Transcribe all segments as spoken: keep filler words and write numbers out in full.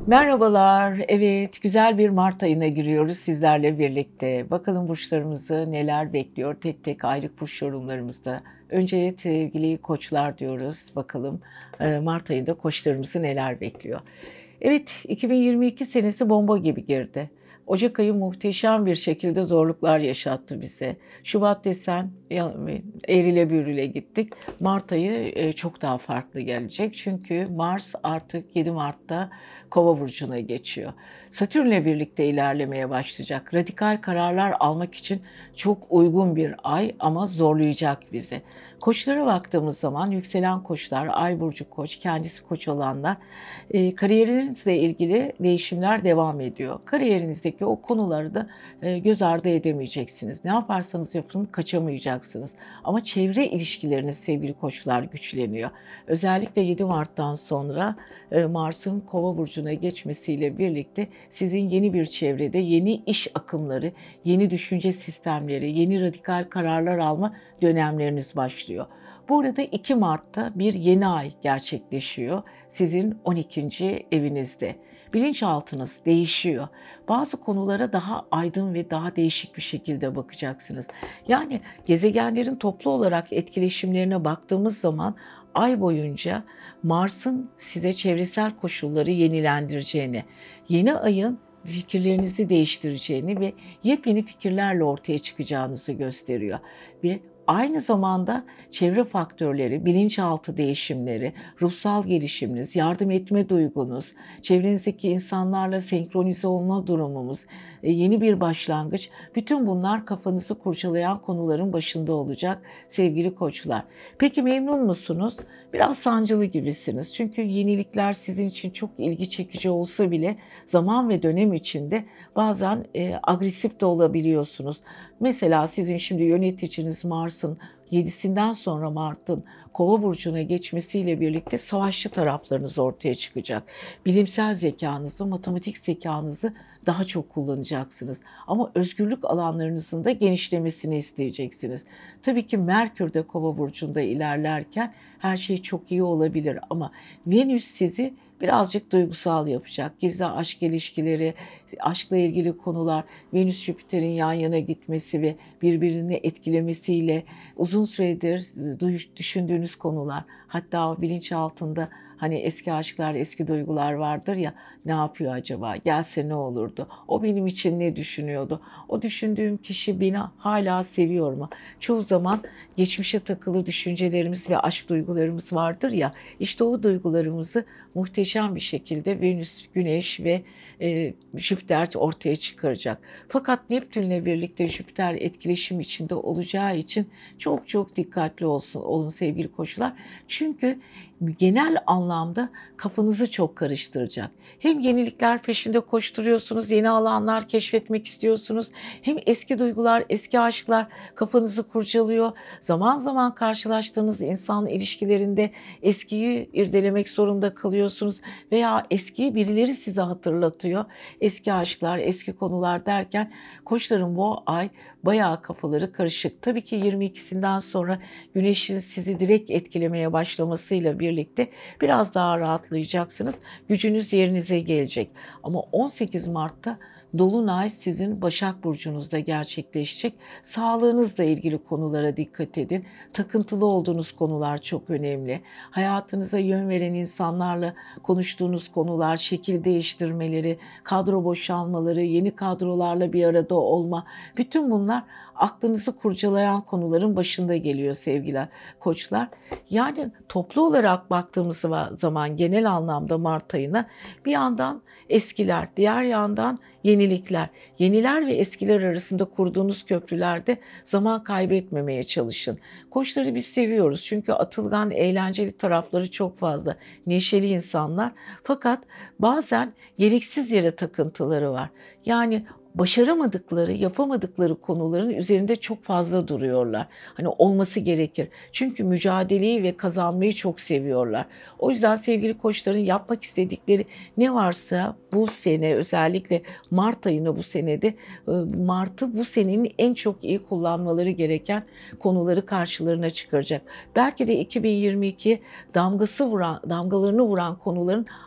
Merhabalar. Evet, güzel bir mart ayına giriyoruz sizlerle birlikte. Bakalım burçlarımızı neler bekliyor tek tek aylık burç yorumlarımızda. Önce sevgili koçlar diyoruz. Bakalım eee, mart ayında koçlarımızı neler bekliyor. Evet, iki bin yirmi iki senesi bomba gibi girdi. Ocak ayı muhteşem bir şekilde zorluklar yaşattı bize. Şubat desen ya, eğrile büğrüle gittik. Mart ayı eee, çok daha farklı gelecek. Çünkü Mars artık yedi Mart'ta Kova burcuna geçiyor. Satürn'le birlikte ilerlemeye başlayacak. Radikal kararlar almak için çok uygun bir ay ama zorlayacak bizi. Koçlara baktığımız zaman yükselen koçlar, ay burcu koç, kendisi koç olanlar, eee, kariyerinizle ilgili değişimler devam ediyor. Kariyerinizdeki o konuları da eee, göz ardı edemeyeceksiniz. Ne yaparsanız yapın kaçamayacaksınız. Ama çevre ilişkileriniz sevgili koçlar güçleniyor. Özellikle yedi Mart'tan sonra eee, Mars'ın Kova burcuna geçmesiyle birlikte sizin yeni bir çevrede yeni iş akımları, yeni düşünce sistemleri, yeni radikal kararlar alma dönemleriniz başlıyor. Bu arada iki Mart'ta bir yeni ay gerçekleşiyor sizin on ikinci evinizde. Bilinçaltınız değişiyor. Bazı konulara daha aydın ve daha değişik bir şekilde bakacaksınız. Yani gezegenlerin toplu olarak etkileşimlerine baktığımız zaman ay boyunca Mars'ın size çevresel koşulları yenilendireceğini, yeni ayın fikirlerinizi değiştireceğini ve yepyeni fikirlerle ortaya çıkacağınızı gösteriyor. Ve aynı zamanda çevre faktörleri, bilinçaltı değişimleri, ruhsal gelişiminiz, yardım etme duygunuz, çevrenizdeki insanlarla senkronize olma durumumuz, e, yeni bir başlangıç, bütün bunlar kafanızı kurcalayan konuların başında olacak sevgili koçlar. Peki memnun musunuz? Biraz sancılı gibisiniz. Çünkü yenilikler sizin için çok ilgi çekici olsa bile zaman ve dönem içinde bazen e, agresif de olabiliyorsunuz. Mesela sizin şimdi yöneticiniz Mars'ın yedisinden sonra Mart'ın Kova burcuna geçmesiyle birlikte savaşçı taraflarınız ortaya çıkacak. Bilimsel zekanızı, matematik zekanızı daha çok kullanacaksınız. Ama özgürlük alanlarınızın da genişlemesini isteyeceksiniz. Tabii ki Merkür de Kova burcunda ilerlerken her şey çok iyi olabilir ama Venüs sizi birazcık duygusal yapacak. Gizli aşk ilişkileri, aşkla ilgili konular, Venüs Jüpiter'in yan yana gitmesi ve birbirini etkilemesiyle uzun süredir düşündüğünüz konular, hatta o bilinç altında hani eski aşklar, eski duygular vardır ya, ne yapıyor acaba? Gelse ne olurdu? O benim için ne düşünüyordu? O düşündüğüm kişi beni hala seviyor mu? Çoğu zaman geçmişe takılı düşüncelerimiz ve aşk duygularımız vardır ya, işte o duygularımızı muhteşem bir şekilde Venüs, Güneş ve e, Jüpiter ortaya çıkaracak. Fakat Neptünle birlikte Jüpiter etkileşim içinde olacağı için çok çok dikkatli olsun, olun sevgili koçlar. Çünkü genel anlamda kafanızı çok karıştıracak. Hem yenilikler peşinde koşturuyorsunuz, yeni alanlar keşfetmek istiyorsunuz. Hem eski duygular, eski aşklar kafanızı kurcalıyor. Zaman zaman karşılaştığınız insan ilişkilerinde eskiyi irdelemek zorunda kalıyorsunuz veya eskiyi birileri size hatırlatıyor. Eski aşklar, eski konular derken koçların bu ay bayağı kafaları karışık. Tabii ki yirmi ikisinden sonra Güneş'in sizi direkt etkilemeye başlamasıyla birlikte biraz daha rahatlayacaksınız. Gücünüz yerinize gelecek. Ama on sekiz Mart'ta Dolunay sizin Başak Burcunuzda gerçekleşecek. Sağlığınızla ilgili konulara dikkat edin. Takıntılı olduğunuz konular çok önemli. Hayatınıza yön veren insanlarla konuştuğunuz konular, şekil değiştirmeleri, kadro boşalmaları, yeni kadrolarla bir arada olma, bütün bunlar aklınızı kurcalayan konuların başında geliyor sevgili koçlar. Yani toplu olarak baktığımız zaman genel anlamda Mart ayına bir yandan eskiler, diğer yandan yenilikler. Yeniler ve eskiler arasında kurduğunuz köprülerde zaman kaybetmemeye çalışın. Koçları biz seviyoruz çünkü atılgan, eğlenceli tarafları çok fazla. Neşeli insanlar. Fakat bazen gereksiz yere takıntıları var. Yani başaramadıkları, yapamadıkları konuların üzerinde çok fazla duruyorlar. Hani olması gerekir. Çünkü mücadeleyi ve kazanmayı çok seviyorlar. O yüzden sevgili koçların yapmak istedikleri ne varsa bu sene, özellikle Mart ayını bu senede, Mart'ı bu senenin en çok iyi kullanmaları gereken konuları karşılarına çıkaracak. Belki de iki bin yirmi iki damgası vuran, damgalarını vuran konuların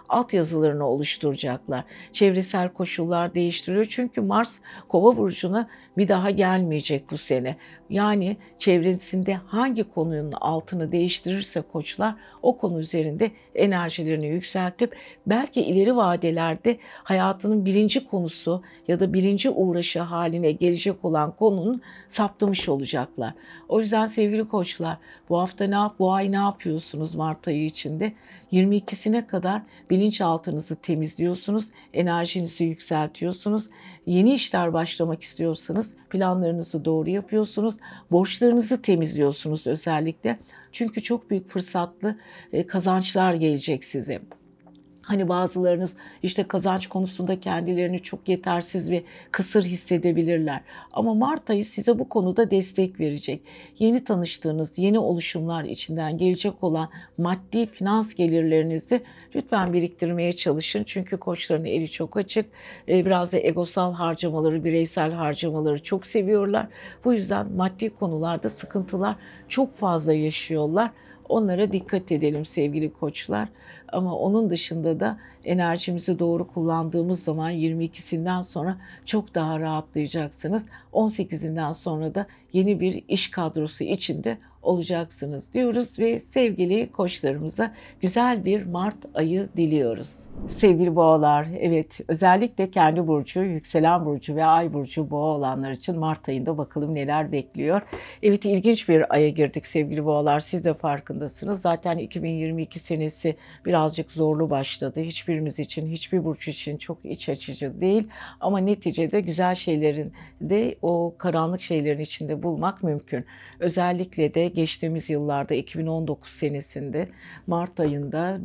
altyazılarını oluşturacaklar. Çevresel koşullar değiştiriyor çünkü Mars Kova burcuna bir daha gelmeyecek bu sene. Yani çevresinde hangi konunun altını değiştirirse koçlar o konu üzerinde enerjilerini yükseltip belki ileri vadelerde hayatının birinci konusu ya da birinci uğraşı haline gelecek olan konunun saptamış olacaklar. O yüzden sevgili koçlar, bu hafta ne yap, bu ay ne yapıyorsunuz Mart ayı içinde? yirmi ikisine kadar bilinçaltınızı temizliyorsunuz, enerjinizi yükseltiyorsunuz. Yeni işler başlamak istiyorsanız planlarınızı doğru yapıyorsunuz, borçlarınızı temizliyorsunuz özellikle. Çünkü çok büyük fırsatlı e, kazançlar gelecek size. Hani bazılarınız işte kazanç konusunda kendilerini çok yetersiz ve kısır hissedebilirler. Ama Mart ayı size bu konuda destek verecek. Yeni tanıştığınız, yeni oluşumlar içinden gelecek olan maddi finans gelirlerinizi lütfen biriktirmeye çalışın. Çünkü koçların eli çok açık. Biraz da egosal harcamaları, bireysel harcamaları çok seviyorlar. Bu yüzden maddi konularda sıkıntılar çok fazla yaşıyorlar. Onlara dikkat edelim sevgili koçlar. Ama onun dışında da enerjimizi doğru kullandığımız zaman yirmi ikisinden sonra çok daha rahatlayacaksınız. on sekizinden sonra da yeni bir iş kadrosu içinde olacaksınız diyoruz ve sevgili koçlarımıza güzel bir Mart ayı diliyoruz. Sevgili boğalar, evet özellikle kendi burcu, yükselen burcu ve ay burcu boğa olanlar için Mart ayında bakalım neler bekliyor. Evet ilginç bir aya girdik sevgili boğalar, siz de farkındasınız. Zaten iki bin yirmi iki senesi birazcık zorlu başladı. Hiçbirimiz için, hiçbir burç için çok iç açıcı değil. Ama neticede güzel şeylerin de o karanlık şeylerin içinde bulmak mümkün. Özellikle de geçtiğimiz yıllarda iki bin on dokuz senesinde Mart ayında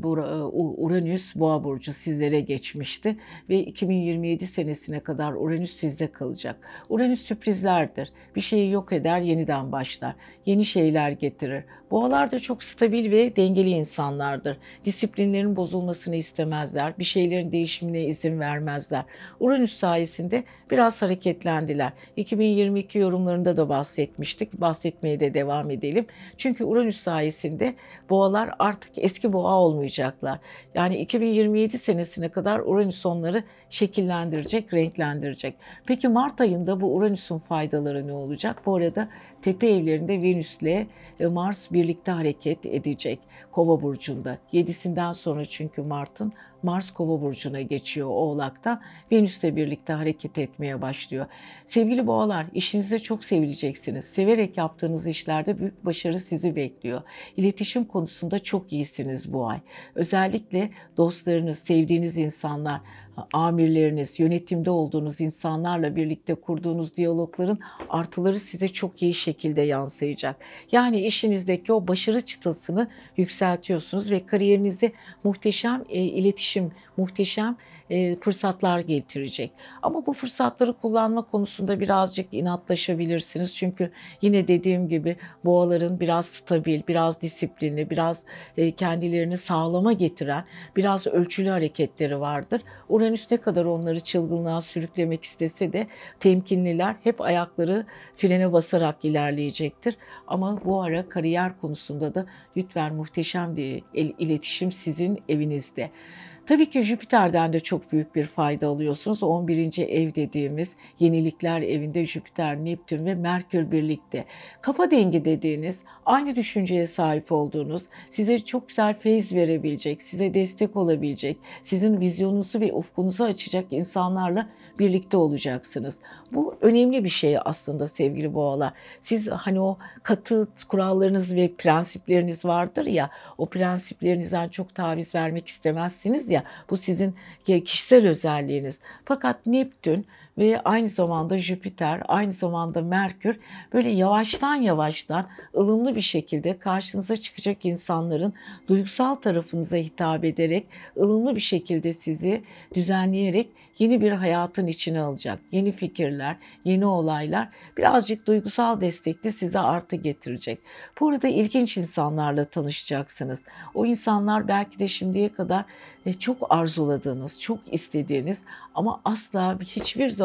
Uranüs Boğa burcu sizlere geçmişti ve iki bin yirmi yedi senesine kadar Uranüs sizde kalacak. Uranüs sürprizlerdir. Bir şeyi yok eder, yeniden başlar. Yeni şeyler getirir. Boğalar da çok stabil ve dengeli insanlardır. Disiplinlerin bozulmasını istemezler. Bir şeylerin değişimine izin vermezler. Uranüs sayesinde biraz hareketlendiler. iki bin yirmi iki yorumlarında da bahsetmiştik. Bahsetmeye de devam edelim. Çünkü Uranüs sayesinde boğalar artık eski boğa olmayacaklar. Yani iki bin yirmi yedi senesine kadar Uranüs onları şekillendirecek, renklendirecek. Peki Mart ayında bu Uranüs'ün faydaları ne olacak? Bu arada tepe evlerinde Venüs'le Mars birlikte hareket edecek Kova burcunda. yedisinden sonra çünkü Mart'ın Mars Kova burcuna geçiyor Oğlak'tan. Venüs'le birlikte hareket etmeye başlıyor. Sevgili boğalar, işinizde çok sevileceksiniz. Severek yaptığınız işlerde büyük başarı sizi bekliyor. İletişim konusunda çok iyisiniz bu ay. Özellikle dostlarınız, sevdiğiniz insanlar, amirleriniz, yönetimde olduğunuz insanlarla birlikte kurduğunuz diyalogların artıları size çok iyi şekilde yansıyacak. Yani işinizdeki o başarı çıtasını yükseltiyorsunuz ve kariyerinize muhteşem e, iletişim, muhteşem e, fırsatlar getirecek. Ama bu fırsatları kullanma konusunda birazcık inatlaşabilirsiniz. Çünkü yine dediğim gibi boğaların biraz stabil, biraz disiplinli, biraz e, kendilerini sağlama getiren, biraz ölçülü hareketleri vardır. Uranüs ne kadar onları çılgınlığa sürüklemek istese de temkinliler, hep ayakları frene basarak ilerleyecektir. Ama bu ara kariyer konusunda da lütfen muhteşem bir iletişim sizin evinizde. Tabii ki Jüpiter'den de çok büyük bir fayda alıyorsunuz. on birinci ev dediğimiz yenilikler evinde Jüpiter, Neptün ve Merkür birlikte. Kafa dengi dediğiniz, aynı düşünceye sahip olduğunuz, size çok güzel feyz verebilecek, size destek olabilecek, sizin vizyonunuzu ve ufkunuzu açacak insanlarla birlikte olacaksınız. Bu önemli bir şey aslında sevgili boğalar. Siz hani o katı kurallarınız ve prensipleriniz vardır ya, o prensiplerinizden çok taviz vermek istemezsiniz ya, bu sizin kişisel özelliğiniz. Fakat Neptün ve aynı zamanda Jüpiter, aynı zamanda Merkür böyle yavaştan yavaştan ılımlı bir şekilde karşınıza çıkacak insanların duygusal tarafınıza hitap ederek, ılımlı bir şekilde sizi düzenleyerek yeni bir hayatın içine alacak. Yeni fikirler, yeni olaylar, birazcık duygusal destekli size artı getirecek. Bu arada ilginç insanlarla tanışacaksınız. O insanlar belki de şimdiye kadar çok arzuladığınız, çok istediğiniz ama asla hiçbir zaman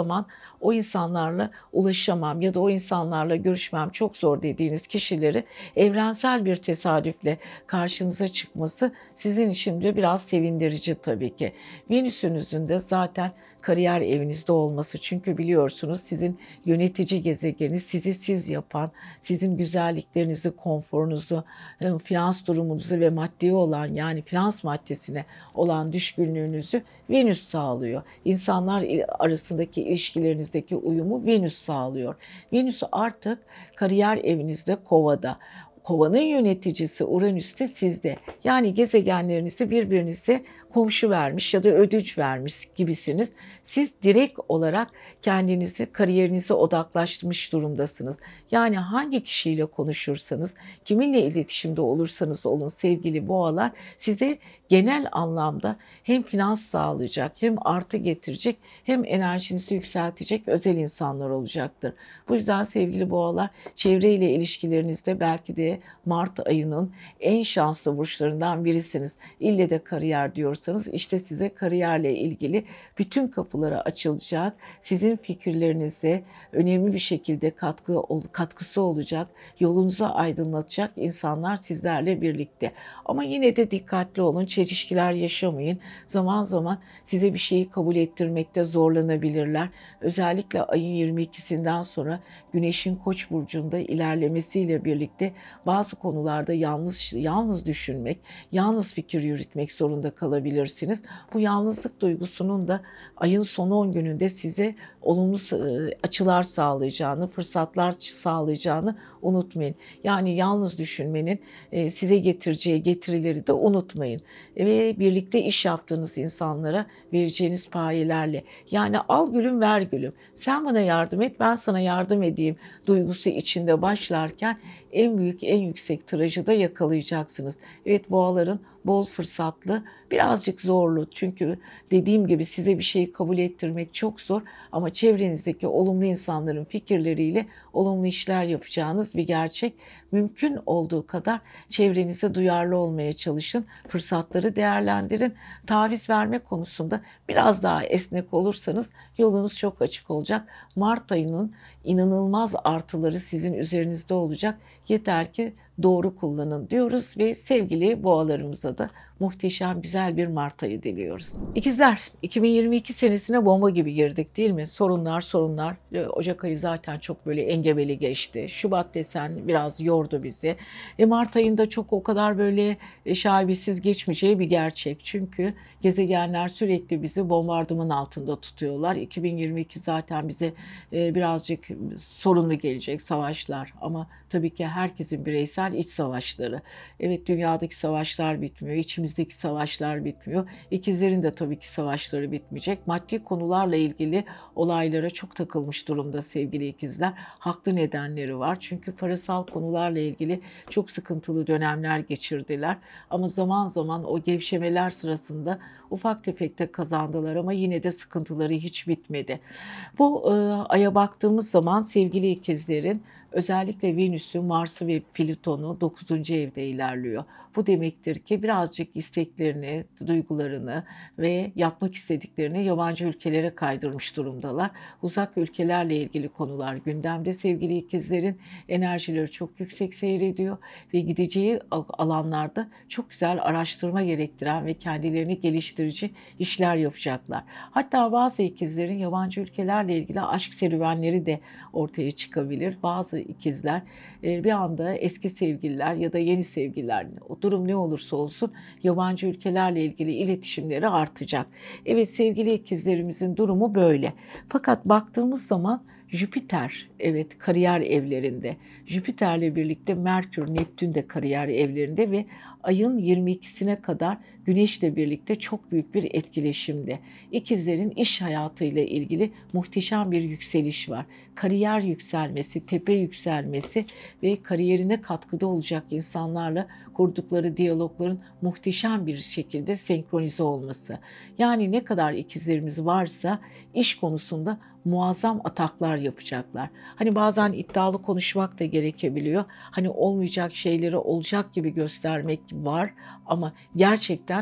zaman o insanlarla ulaşamam ya da o insanlarla görüşmem çok zor dediğiniz kişileri evrensel bir tesadüfle karşınıza çıkması sizin için de biraz sevindirici tabii ki. Venüs'ünüzün de zaten kariyer evinizde olması. Çünkü biliyorsunuz sizin yönetici gezegeni sizi siz yapan, sizin güzelliklerinizi, konforunuzu, e, finans durumunuzu ve maddi olan yani finans maddesine olan düşkünlüğünüzü Venüs sağlıyor. İnsanlar il- arasındaki ilişkilerinizdeki uyumu Venüs sağlıyor. Venüs artık kariyer evinizde Kova'da. Kovanın yöneticisi Uranüs de sizde. Yani gezegenlerinizi birbirinize komşu vermiş ya da ödünç vermiş gibisiniz. Siz direkt olarak kendinizi, kariyerinize odaklaşmış durumdasınız. Yani hangi kişiyle konuşursanız, kiminle iletişimde olursanız olun sevgili boğalar, size genel anlamda hem finans sağlayacak, hem artı getirecek, hem enerjinizi yükseltecek özel insanlar olacaktır. Bu yüzden sevgili boğalar, çevreyle ilişkilerinizde belki de Mart ayının en şanslı burçlarından birisiniz. İlle de kariyer diyorsanız işte size kariyerle ilgili bütün kapıları açılacak, sizin fikirlerinize önemli bir şekilde katkı katkısı olacak, yolunuzu aydınlatacak insanlar sizlerle birlikte. Ama yine de dikkatli olun, çelişkiler yaşamayın. Zaman zaman size bir şeyi kabul ettirmekte zorlanabilirler. Özellikle ayın yirmi ikisinden sonra Güneş'in Koç burcunda ilerlemesiyle birlikte bazı konularda yalnız yalnız düşünmek, yalnız fikir yürütmek zorunda kalabilirsiniz. Bu yalnızlık duygusunun da ayın son on gününde size olumlu açılar sağlayacağını, fırsatlar sağlayacağını unutmayın. Yani yalnız düşünmenin size getireceği getirileri de unutmayın. Ve birlikte iş yaptığınız insanlara vereceğiniz payelerle, yani al gülüm ver gülüm, sen bana yardım et ben sana yardım edeyim duygusu içinde başlarken en büyük en yüksek tirajı da yakalayacaksınız. Evet, boğaların bol fırsatlı, birazcık zorlu. Çünkü dediğim gibi size bir şeyi kabul ettirmek çok zor ama çevrenizdeki olumlu insanların fikirleriyle olumlu işler yapacağınız bir gerçek. Mümkün olduğu kadar çevrenize duyarlı olmaya çalışın. Fırsatları değerlendirin. Taviz verme konusunda biraz daha esnek olursanız yolunuz çok açık olacak. Mart ayının inanılmaz artıları sizin üzerinizde olacak. Yeter ki doğru kullanın diyoruz ve sevgili boğalarımıza da muhteşem güzel bir Mart ayı diliyoruz. İkizler, iki bin yirmi iki senesine bomba gibi girdik değil mi? Sorunlar sorunlar. Ocak ayı zaten çok böyle engebeli geçti. Şubat desen biraz yordu bizi. E Mart ayında çok o kadar böyle şaibesiz geçmeyeceği bir gerçek. Çünkü gezegenler sürekli bizi bombardıman altında tutuyorlar. iki bin yirmi iki zaten bize birazcık sorunlu gelecek, savaşlar ama tabii ki herkesin bireysel iç savaşları. Evet, dünyadaki savaşlar bitmiyor, içimizdeki savaşlar bitmiyor. İkizlerin de tabii ki savaşları bitmeyecek. Maddi konularla ilgili olaylara çok takılmış durumda sevgili ikizler. Haklı nedenleri var. Çünkü parasal konularla ilgili çok sıkıntılı dönemler geçirdiler. Ama zaman zaman o gevşemeler sırasında ufak tefek de kazandılar ama yine de sıkıntıları hiç bitmedi. Bu e, aya baktığımız zaman sevgili ikizlerin özellikle Venüs'ü, Mars'ı ve Plüton'u dokuzuncu evde ilerliyor. Bu demektir ki birazcık isteklerini, duygularını ve yapmak istediklerini yabancı ülkelere kaydırmış durumdalar. Uzak ülkelerle ilgili konular gündemde sevgili ikizlerin, enerjileri çok yüksek seyrediyor ve gideceği alanlarda çok güzel araştırma gerektiren ve kendilerini geliştirici işler yapacaklar. Hatta bazı ikizlerin yabancı ülkelerle ilgili aşk serüvenleri de ortaya çıkabilir. Bazı ikizler bir anda eski sevgililer ya da yeni sevgililer, o durum ne olursa olsun yabancı ülkelerle ilgili iletişimleri artacak. Evet, sevgili ikizlerimizin durumu böyle. Fakat baktığımız zaman Jüpiter, evet, kariyer evlerinde. Jüpiter'le birlikte Merkür, Neptün de kariyer evlerinde ve ayın yirmi ikisine kadar Güneş'le birlikte çok büyük bir etkileşimde. İkizlerin iş hayatıyla ilgili muhteşem bir yükseliş var. Kariyer yükselmesi, tepe yükselmesi ve kariyerine katkıda olacak insanlarla kurdukları diyalogların muhteşem bir şekilde senkronize olması. Yani ne kadar ikizlerimiz varsa iş konusunda muazzam ataklar yapacaklar. Hani bazen iddialı konuşmak da gerekebiliyor. Hani olmayacak şeyleri olacak gibi göstermek var ama gerçekten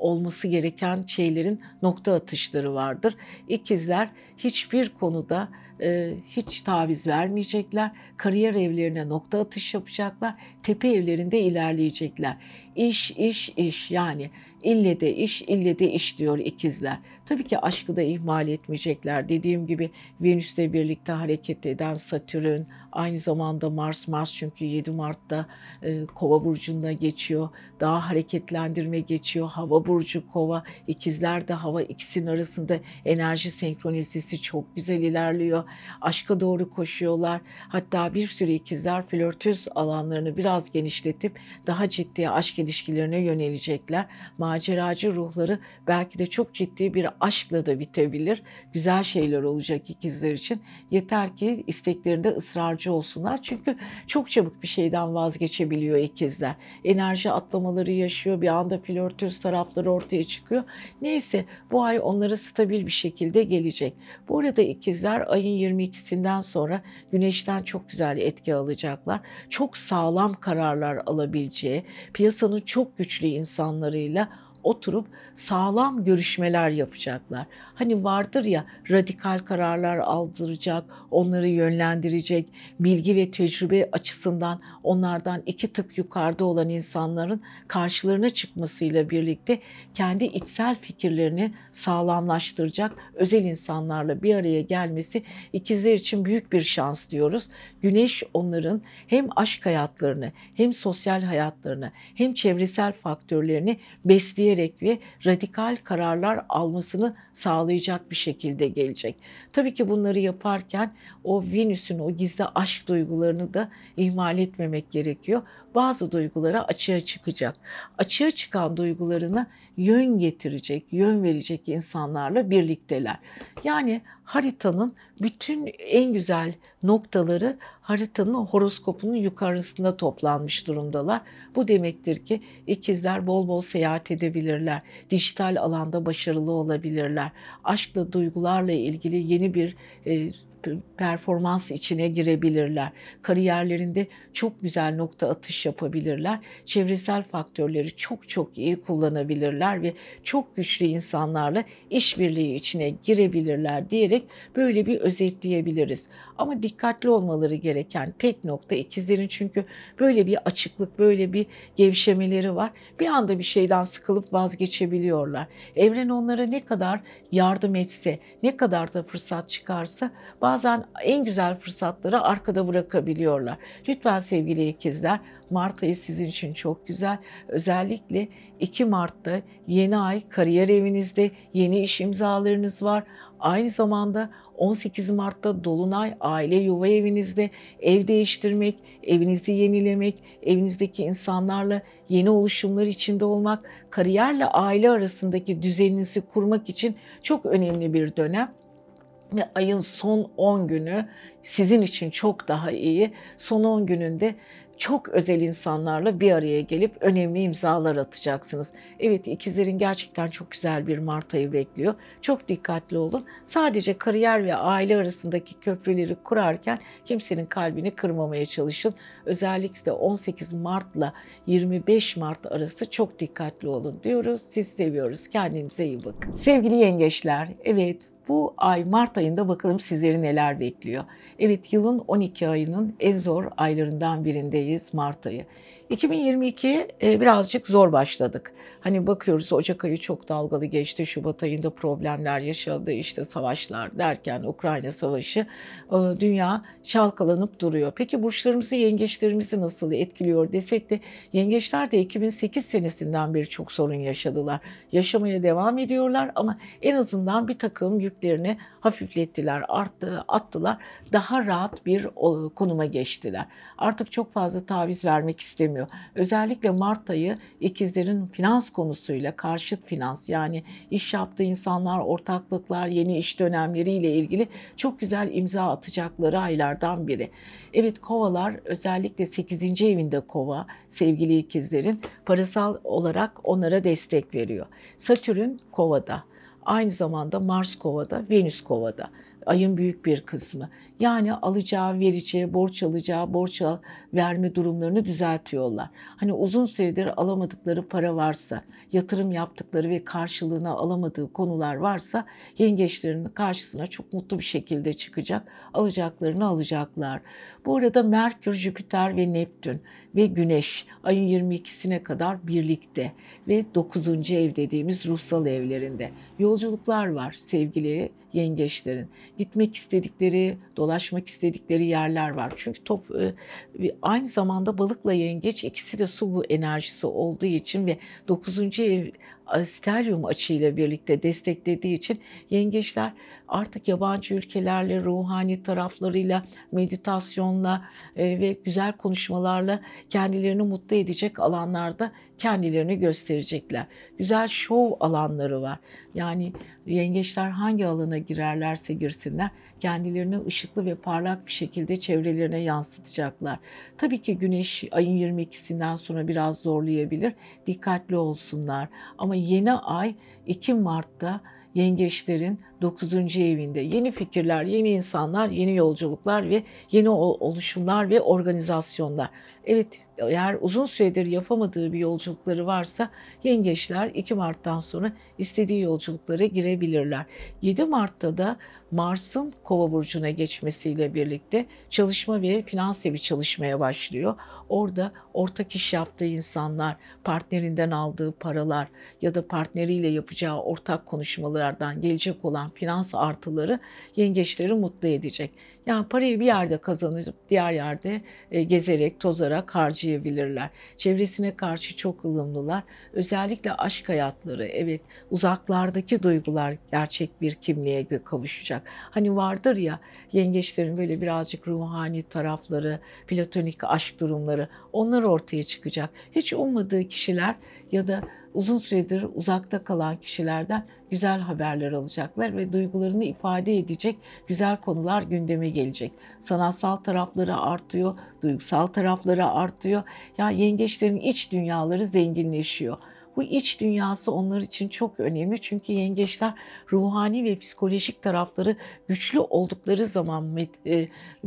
olması gereken şeylerin nokta atışları vardır. İkizler hiçbir konuda e, hiç taviz vermeyecekler. Kariyer evlerine nokta atış yapacaklar. Tepe evlerinde ilerleyecekler. İş, iş, iş, yani ille de iş, ille de iş diyor ikizler. Tabii ki aşkı da ihmal etmeyecekler. Dediğim gibi Venüs'le birlikte hareket eden Satürn, aynı zamanda Mars, Mars çünkü yedi Mart'ta e, Kova burcunda geçiyor. Daha hareketlendirme geçiyor. Hava burcu Kova, ikizler de hava, ikisinin arasında enerji senkronizesi çok güzel ilerliyor. Aşka doğru koşuyorlar. Hatta bir sürü ikizler flörtöz alanlarını biraz genişletip daha ciddi aşk ilişkilerine yönelecekler. Maceracı ruhları belki de çok ciddi bir aşkla da bitebilir. Güzel şeyler olacak ikizler için. Yeter ki isteklerinde ısrarcı olsunlar. Çünkü çok çabuk bir şeyden vazgeçebiliyor ikizler. Enerji atlamaları yaşıyor. Bir anda flörtöz tarafları ortaya çıkıyor. Neyse, bu ay onlara stabil bir şekilde gelecek. Bu arada ikizler ayın yirmi ikisinden sonra Güneş'ten çok güzel etki alacaklar. Çok sağlam kararlar alabileceği, piyasanın çok güçlü insanlarıyla oturup sağlam görüşmeler yapacaklar. Hani vardır ya, radikal kararlar aldıracak, onları yönlendirecek, bilgi ve tecrübe açısından onlardan iki tık yukarıda olan insanların karşılarına çıkmasıyla birlikte kendi içsel fikirlerini sağlamlaştıracak özel insanlarla bir araya gelmesi ikizler için büyük bir şans diyoruz. Güneş onların hem aşk hayatlarını, hem sosyal hayatlarını, hem çevresel faktörlerini besleyerek ve radikal kararlar almasını sağlayacak bir şekilde gelecek. Tabii ki bunları yaparken o Venüs'ün o gizli aşk duygularını da ihmal etmemek gerekiyor. Bazı duygulara açığa çıkacak. Açığa çıkan duygularına yön getirecek, yön verecek insanlarla birlikteler. Yani haritanın bütün en güzel noktaları haritanın horoskopunun yukarısında toplanmış durumdalar. Bu demektir ki ikizler bol bol seyahat edebilirler. Dijital alanda başarılı olabilirler. Aşkla, duygularla ilgili yeni bir e, performans içine girebilirler. Kariyerlerinde çok güzel nokta atış yapabilirler. Çevresel faktörleri çok çok iyi kullanabilirler ve çok güçlü insanlarla işbirliği içine girebilirler diyerek böyle bir özetleyebiliriz. Ama dikkatli olmaları gereken tek nokta ikizlerin, çünkü böyle bir açıklık, böyle bir gevşemeleri var. Bir anda bir şeyden sıkılıp vazgeçebiliyorlar. Evren onlara ne kadar yardım etse, ne kadar da fırsat çıkarsa bazen en güzel fırsatları arkada bırakabiliyorlar. Lütfen sevgili ikizler, Mart ayı sizin için çok güzel. Özellikle iki Mart'ta yeni ay, kariyer evinizde yeni iş imzalarınız var. Aynı zamanda on sekiz Mart'ta Dolunay, aile yuva evinizde ev değiştirmek, evinizi yenilemek, evinizdeki insanlarla yeni oluşumlar içinde olmak, kariyerle aile arasındaki düzeninizi kurmak için çok önemli bir dönem. Ve ayın son on günü sizin için çok daha iyi. Son on gününde çok özel insanlarla bir araya gelip önemli imzalar atacaksınız. Evet, ikizlerin gerçekten çok güzel bir Mart ayı bekliyor. Çok dikkatli olun. Sadece kariyer ve aile arasındaki köprüleri kurarken kimsenin kalbini kırmamaya çalışın. Özellikle on sekiz Mart'la yirmi beş Mart arası çok dikkatli olun diyoruz. Siz seviyoruz. Kendinize iyi bakın. Sevgili yengeçler, evet, bu ay Mart ayında bakalım sizleri neler bekliyor. Evet, yılın on iki ayının en zor aylarından birindeyiz, Mart ayı. iki bin yirmi ikiye birazcık zor başladık. Hani bakıyoruz, Ocak ayı çok dalgalı geçti. Şubat ayında problemler yaşadı, işte savaşlar derken Ukrayna Savaşı, dünya çalkalanıp duruyor. Peki burçlarımızı, yengeçlerimizi nasıl etkiliyor desek de, yengeçler de iki bin sekiz senesinden beri çok sorun yaşadılar. Yaşamaya devam ediyorlar ama en azından bir takım yüklerini hafiflettiler, arttı, attılar. Daha rahat bir konuma geçtiler. Artık çok fazla taviz vermek istemiyor. Özellikle Mart ayı ikizlerin finans konusuyla, karşıt finans, yani iş yaptığı insanlar, ortaklıklar, yeni iş dönemleriyle ilgili çok güzel imza atacakları aylardan biri. Evet, kovalar, özellikle sekizinci evinde kova, sevgili ikizlerin, parasal olarak onlara destek veriyor. Satürn kovada. Aynı zamanda Mars kovada, Venüs kovada. ayın büyük bir kısmı. Yani alacağı, vereceği, borç alacağı, borç al- verme durumlarını düzeltiyorlar. Hani uzun süredir alamadıkları para varsa, yatırım yaptıkları ve karşılığını alamadığı konular varsa yengeçlerin karşısına çok mutlu bir şekilde çıkacak, alacaklarını alacaklar. Bu arada Merkür, Jüpiter ve Neptün ve Güneş ayın yirmi ikisine kadar birlikte ve dokuzuncu ev dediğimiz ruhsal evlerinde. Yolculuklar var sevgili yengeçlerin. Gitmek istedikleri, dolaşmak istedikleri yerler var. Çünkü top e, aynı zamanda balıkla yengeç ikisi de su enerjisi olduğu için ve dokuzuncu ev stelyum açıyla birlikte desteklediği için yengeçler artık yabancı ülkelerle, ruhani taraflarıyla, meditasyonla e, ve güzel konuşmalarla kendilerini mutlu edecek alanlarda kendilerini gösterecekler. Güzel şov alanları var. Yani yengeçler hangi alana girerlerse girsinler kendilerini ışıklı ve parlak bir şekilde çevrelerine yansıtacaklar. Tabii ki güneş ayın yirmi ikisinden sonra biraz zorlayabilir. Dikkatli olsunlar. Ama yeni ay iki Mart'ta yengeçlerin dokuzuncu evinde yeni fikirler, yeni insanlar, yeni yolculuklar ve yeni oluşumlar ve organizasyonlar. Evet, eğer uzun süredir yapamadığı bir yolculukları varsa yengeçler iki Mart'tan sonra istediği yolculuklara girebilirler. yedi Mart'ta da Mars'ın Kova burcuna geçmesiyle birlikte çalışma ve finans evi çalışmaya başlıyor. Orada ortak iş yaptığı insanlar, partnerinden aldığı paralar ya da partneriyle yapacağı ortak konuşmalardan gelecek olan finans artıları yengeçleri mutlu edecek. Yani parayı bir yerde kazanıp diğer yerde e, gezerek, tozarak harcayabilirler. Çevresine karşı çok ılımlılar. Özellikle aşk hayatları, evet, uzaklardaki duygular gerçek bir kimliğe kavuşacak. Hani vardır ya, yengeçlerin böyle birazcık ruhani tarafları, platonik aşk durumları, onlar ortaya çıkacak. Hiç ummadığı kişiler ya da uzun süredir uzakta kalan kişilerden güzel haberler alacaklar ve duygularını ifade edecek güzel konular gündeme gelecek. Sanatsal tarafları artıyor, duygusal tarafları artıyor. Ya yengeçlerin iç dünyaları zenginleşiyor. Bu iç dünyası onlar için çok önemli çünkü yengeçler ruhani ve psikolojik tarafları güçlü oldukları zaman e,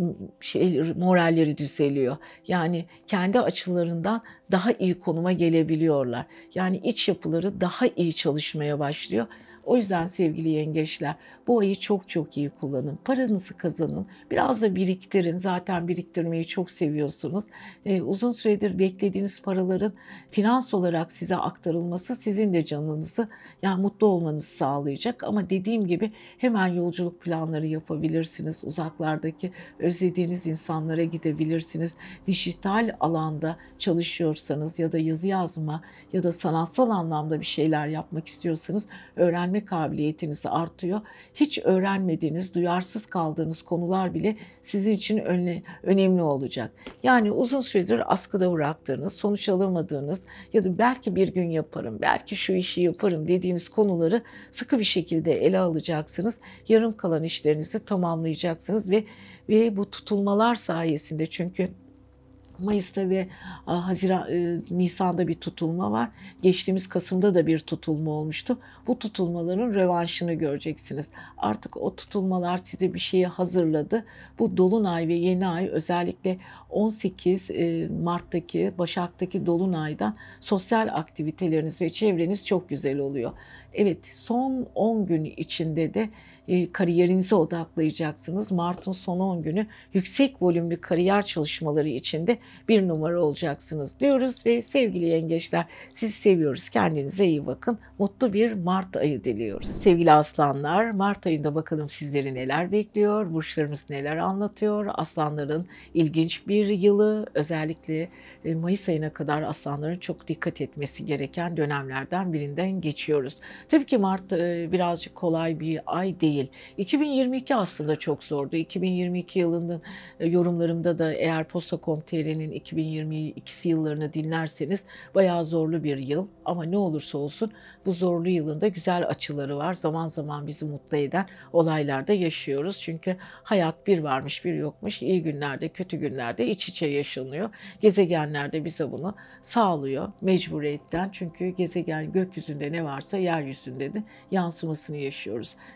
şey, moralleri düzeliyor. Yani kendi açılarından daha iyi konuma gelebiliyorlar. Yani iç yapıları daha iyi çalışmaya başlıyor. O yüzden sevgili yengeçler bu ayı çok çok iyi kullanın. Paranızı kazanın. Biraz da biriktirin. Zaten biriktirmeyi çok seviyorsunuz. Ee, uzun süredir beklediğiniz paraların finans olarak size aktarılması sizin de canınızı, yani mutlu olmanızı sağlayacak. Ama dediğim gibi hemen yolculuk planları yapabilirsiniz. Uzaklardaki özlediğiniz insanlara gidebilirsiniz. Dijital alanda çalışıyorsanız ya da yazı yazma ya da sanatsal anlamda bir şeyler yapmak istiyorsanız öğrenme kabiliyetiniz artıyor. Hiç öğrenmediğiniz, duyarsız kaldığınız konular bile sizin için önemli olacak. Yani uzun süredir askıda bıraktığınız, sonuç alamadığınız ya da belki bir gün yaparım, belki şu işi yaparım dediğiniz konuları sıkı bir şekilde ele alacaksınız. Yarım kalan işlerinizi tamamlayacaksınız ve ve bu tutulmalar sayesinde, çünkü Mayıs'ta ve Haziran, e, Nisan'da bir tutulma var. Geçtiğimiz Kasım'da da bir tutulma olmuştu. Bu tutulmaların rövanşını göreceksiniz. Artık o tutulmalar size bir şeyi hazırladı. Bu Dolunay ve Yeni Ay, özellikle on sekiz Mart'taki Başak'taki Dolunay'dan sosyal aktiviteleriniz ve çevreniz çok güzel oluyor. Evet, son on gün içinde de e, kariyerinize odaklayacaksınız. Mart'ın son on günü yüksek volümlü kariyer çalışmaları içinde bir numara olacaksınız diyoruz ve sevgili yengeçler, sizi seviyoruz. Kendinize iyi bakın. Mutlu bir Mart ayı diliyoruz. Sevgili aslanlar, Mart ayında bakalım sizleri neler bekliyor? Burçlarımız neler anlatıyor? Aslanların ilginç bir yılı, özellikle Mayıs ayına kadar aslanların çok dikkat etmesi gereken dönemlerden birinden geçiyoruz. Tabii ki Mart birazcık kolay bir ay değil. iki bin yirmi iki aslında çok zordu. iki bin yirmi iki yılının yorumlarımda da eğer posta nokta com nokta tr'nin iki bin yirmi ikisi yıllarını dinlerseniz bayağı zorlu bir yıl. Ama ne olursa olsun bu zorlu yılında güzel açıları var. Zaman zaman bizi mutlu eden olaylar da yaşıyoruz. Çünkü hayat bir varmış bir yokmuş. İyi günlerde, kötü günlerde iç içe yaşanıyor. Gezegenler de bize bunu sağlıyor mecburiyetten. Çünkü gezegen, gökyüzünde ne varsa yeryüzünde de yansımasını yaşıyoruz. Sevgili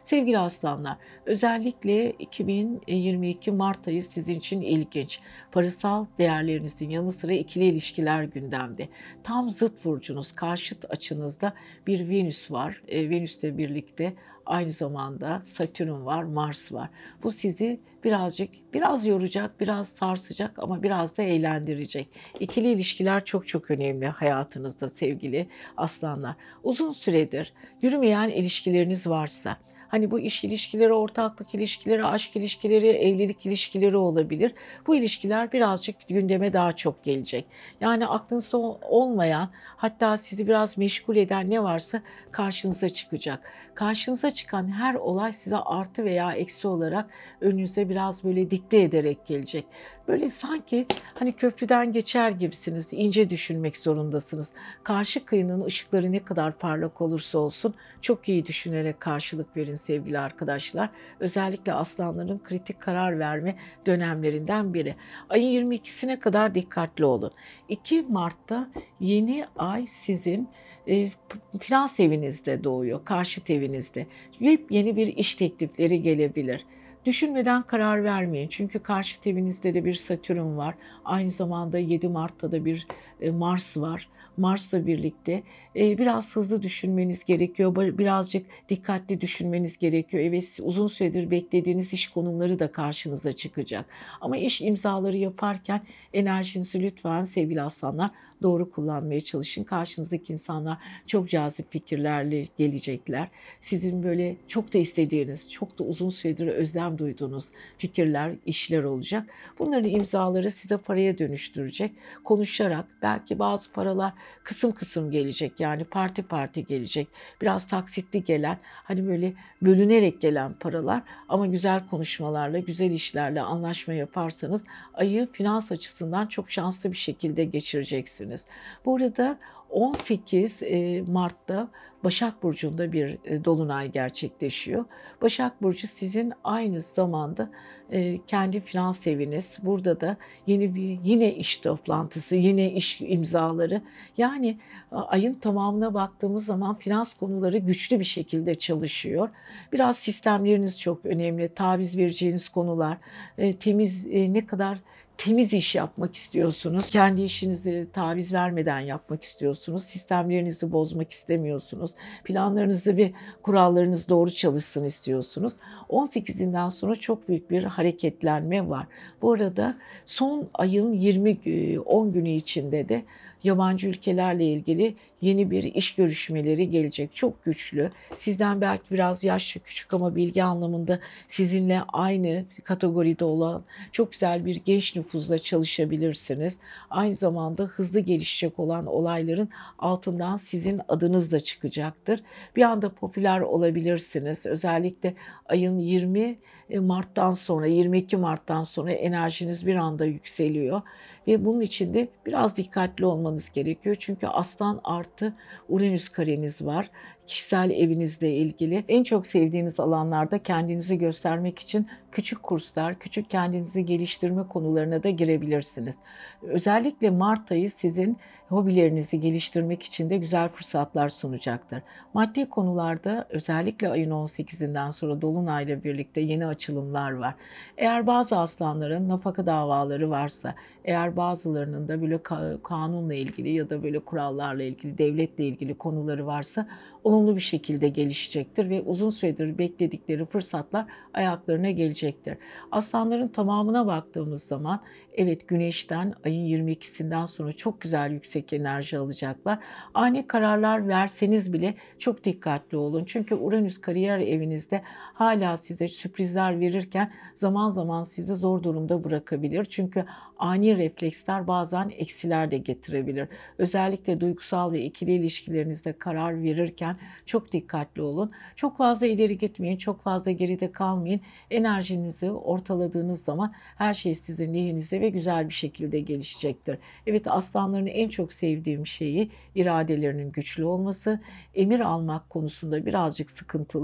aslanlar, özellikle iki bin yirmi iki Mart ayı sizin için ilginç. Parasal değerlerinizin yanı sıra ikili ilişkiler gündemde. Tam zıt burcunuz, karşıt açınızda bir Venüs var. E, Venüs'le birlikte aynı zamanda Satürn var, Mars var. Bu sizi birazcık, biraz yoracak, biraz sarsacak ama biraz da eğlendirecek. İkili ilişkiler çok çok önemli hayatınızda sevgili aslanlar. Uzun süredir yürümeyen ilişkileriniz varsa, hani bu iş ilişkileri, ortaklık ilişkileri, aşk ilişkileri, evlilik ilişkileri olabilir. Bu ilişkiler birazcık gündeme daha çok gelecek. Yani aklınızda olmayan, hatta sizi biraz meşgul eden ne varsa karşınıza çıkacak. Karşınıza çıkan her olay size artı veya eksi olarak önünüze biraz böyle dikte ederek gelecek. Böyle sanki hani köprüden geçer gibisiniz, ince düşünmek zorundasınız. Karşı kıyının ışıkları ne kadar parlak olursa olsun çok iyi düşünerek karşılık verin sevgili arkadaşlar. Özellikle aslanların kritik karar verme dönemlerinden biri. Ayın yirmi ikisine kadar dikkatli olun. iki Mart'ta yeni ay sizin e, finans evinizde doğuyor, karşıt evinizde. Yepyeni bir iş teklifleri gelebilir. Düşünmeden karar vermeyin. Çünkü karşıt evinizde de bir Satürn var. Aynı zamanda yedi Mart'ta da bir e, Mars var. Mars'la birlikte e, biraz hızlı düşünmeniz gerekiyor. Birazcık dikkatli düşünmeniz gerekiyor. Evet, uzun süredir beklediğiniz iş konumları da karşınıza çıkacak. Ama iş imzaları yaparken enerjinizi lütfen sevgili aslanlar doğru kullanmaya çalışın. Karşınızdaki insanlar çok cazip fikirlerle gelecekler. Sizin böyle çok da istediğiniz, çok da uzun süredir özlem duyduğunuz fikirler, işler olacak. Bunların imzaları size paraya dönüştürecek. Konuşarak belki bazı paralar kısım kısım gelecek. Yani parti parti gelecek. Biraz taksitli gelen, hani böyle bölünerek gelen paralar ama güzel konuşmalarla, güzel işlerle anlaşma yaparsanız ayı finans açısından çok şanslı bir şekilde geçireceksiniz. Bu arada on sekiz Mart'ta Başak Burcu'nda bir dolunay gerçekleşiyor. Başak Burcu sizin aynı zamanda kendi finans eviniz. Burada da yeni bir yine iş toplantısı, yine iş imzaları. Yani ayın tamamına baktığımız zaman finans konuları güçlü bir şekilde çalışıyor. Biraz sistemleriniz çok önemli. Taviz vereceğiniz konular, temiz ne kadar temiz iş yapmak istiyorsunuz. Kendi işinizi taviz vermeden yapmak istiyorsunuz. Sistemlerinizi bozmak istemiyorsunuz. Planlarınızı ve kurallarınız doğru çalışsın istiyorsunuz. on sekizinden sonra çok büyük bir hareketlenme var. Bu arada son ayın yirmi on günü içinde de yabancı ülkelerle ilgili yeni bir iş görüşmeleri gelecek. Çok güçlü. Sizden belki biraz yaşça küçük ama bilgi anlamında sizinle aynı kategoride olan çok güzel bir genç nüfuzla çalışabilirsiniz. Aynı zamanda hızlı gelişecek olan olayların altından sizin adınız da çıkacaktır. Bir anda popüler olabilirsiniz. Özellikle ayın yirmi Mart'tan sonra, yirmi iki Mart'tan sonra enerjiniz bir anda yükseliyor. Ve bunun için de biraz dikkatli olmanız gerekiyor. Çünkü Aslan artı Uranüs kareniz var. Kişisel evinizle ilgili en çok sevdiğiniz alanlarda kendinizi göstermek için küçük kurslar, küçük kendinizi geliştirme konularına da girebilirsiniz. Özellikle Mart ayı sizin hobilerinizi geliştirmek için de güzel fırsatlar sunacaktır. Maddi konularda özellikle ayın on sekizinden sonra Dolunay'la birlikte yeni açılımlar var. Eğer bazı aslanların nafaka davaları varsa, eğer bazılarının da böyle kanunla ilgili ya da böyle kurallarla ilgili, devletle ilgili konuları varsa olumlu bir şekilde gelişecektir ve uzun süredir bekledikleri fırsatlar ayaklarına gelecektir. Aslanların tamamına baktığımız zaman evet güneşten ayın yirmi ikisinden sonra çok güzel yüksek enerji alacaklar. Ani kararlar verseniz bile çok dikkatli olun. Çünkü Uranüs kariyer evinizde hala size sürprizler verirken zaman zaman sizi zor durumda bırakabilir. Çünkü ani refleksler bazen eksiler de getirebilir. Özellikle duygusal ve ikili ilişkilerinizde karar verirken çok dikkatli olun. Çok fazla ileri gitmeyin, çok fazla geride kalmayın. Enerjinizi ortaladığınız zaman her şey sizin lehinize ve güzel bir şekilde gelişecektir. Evet, aslanların en çok sevdiğim şeyi iradelerinin güçlü olması, emir almak konusunda birazcık sıkıntılı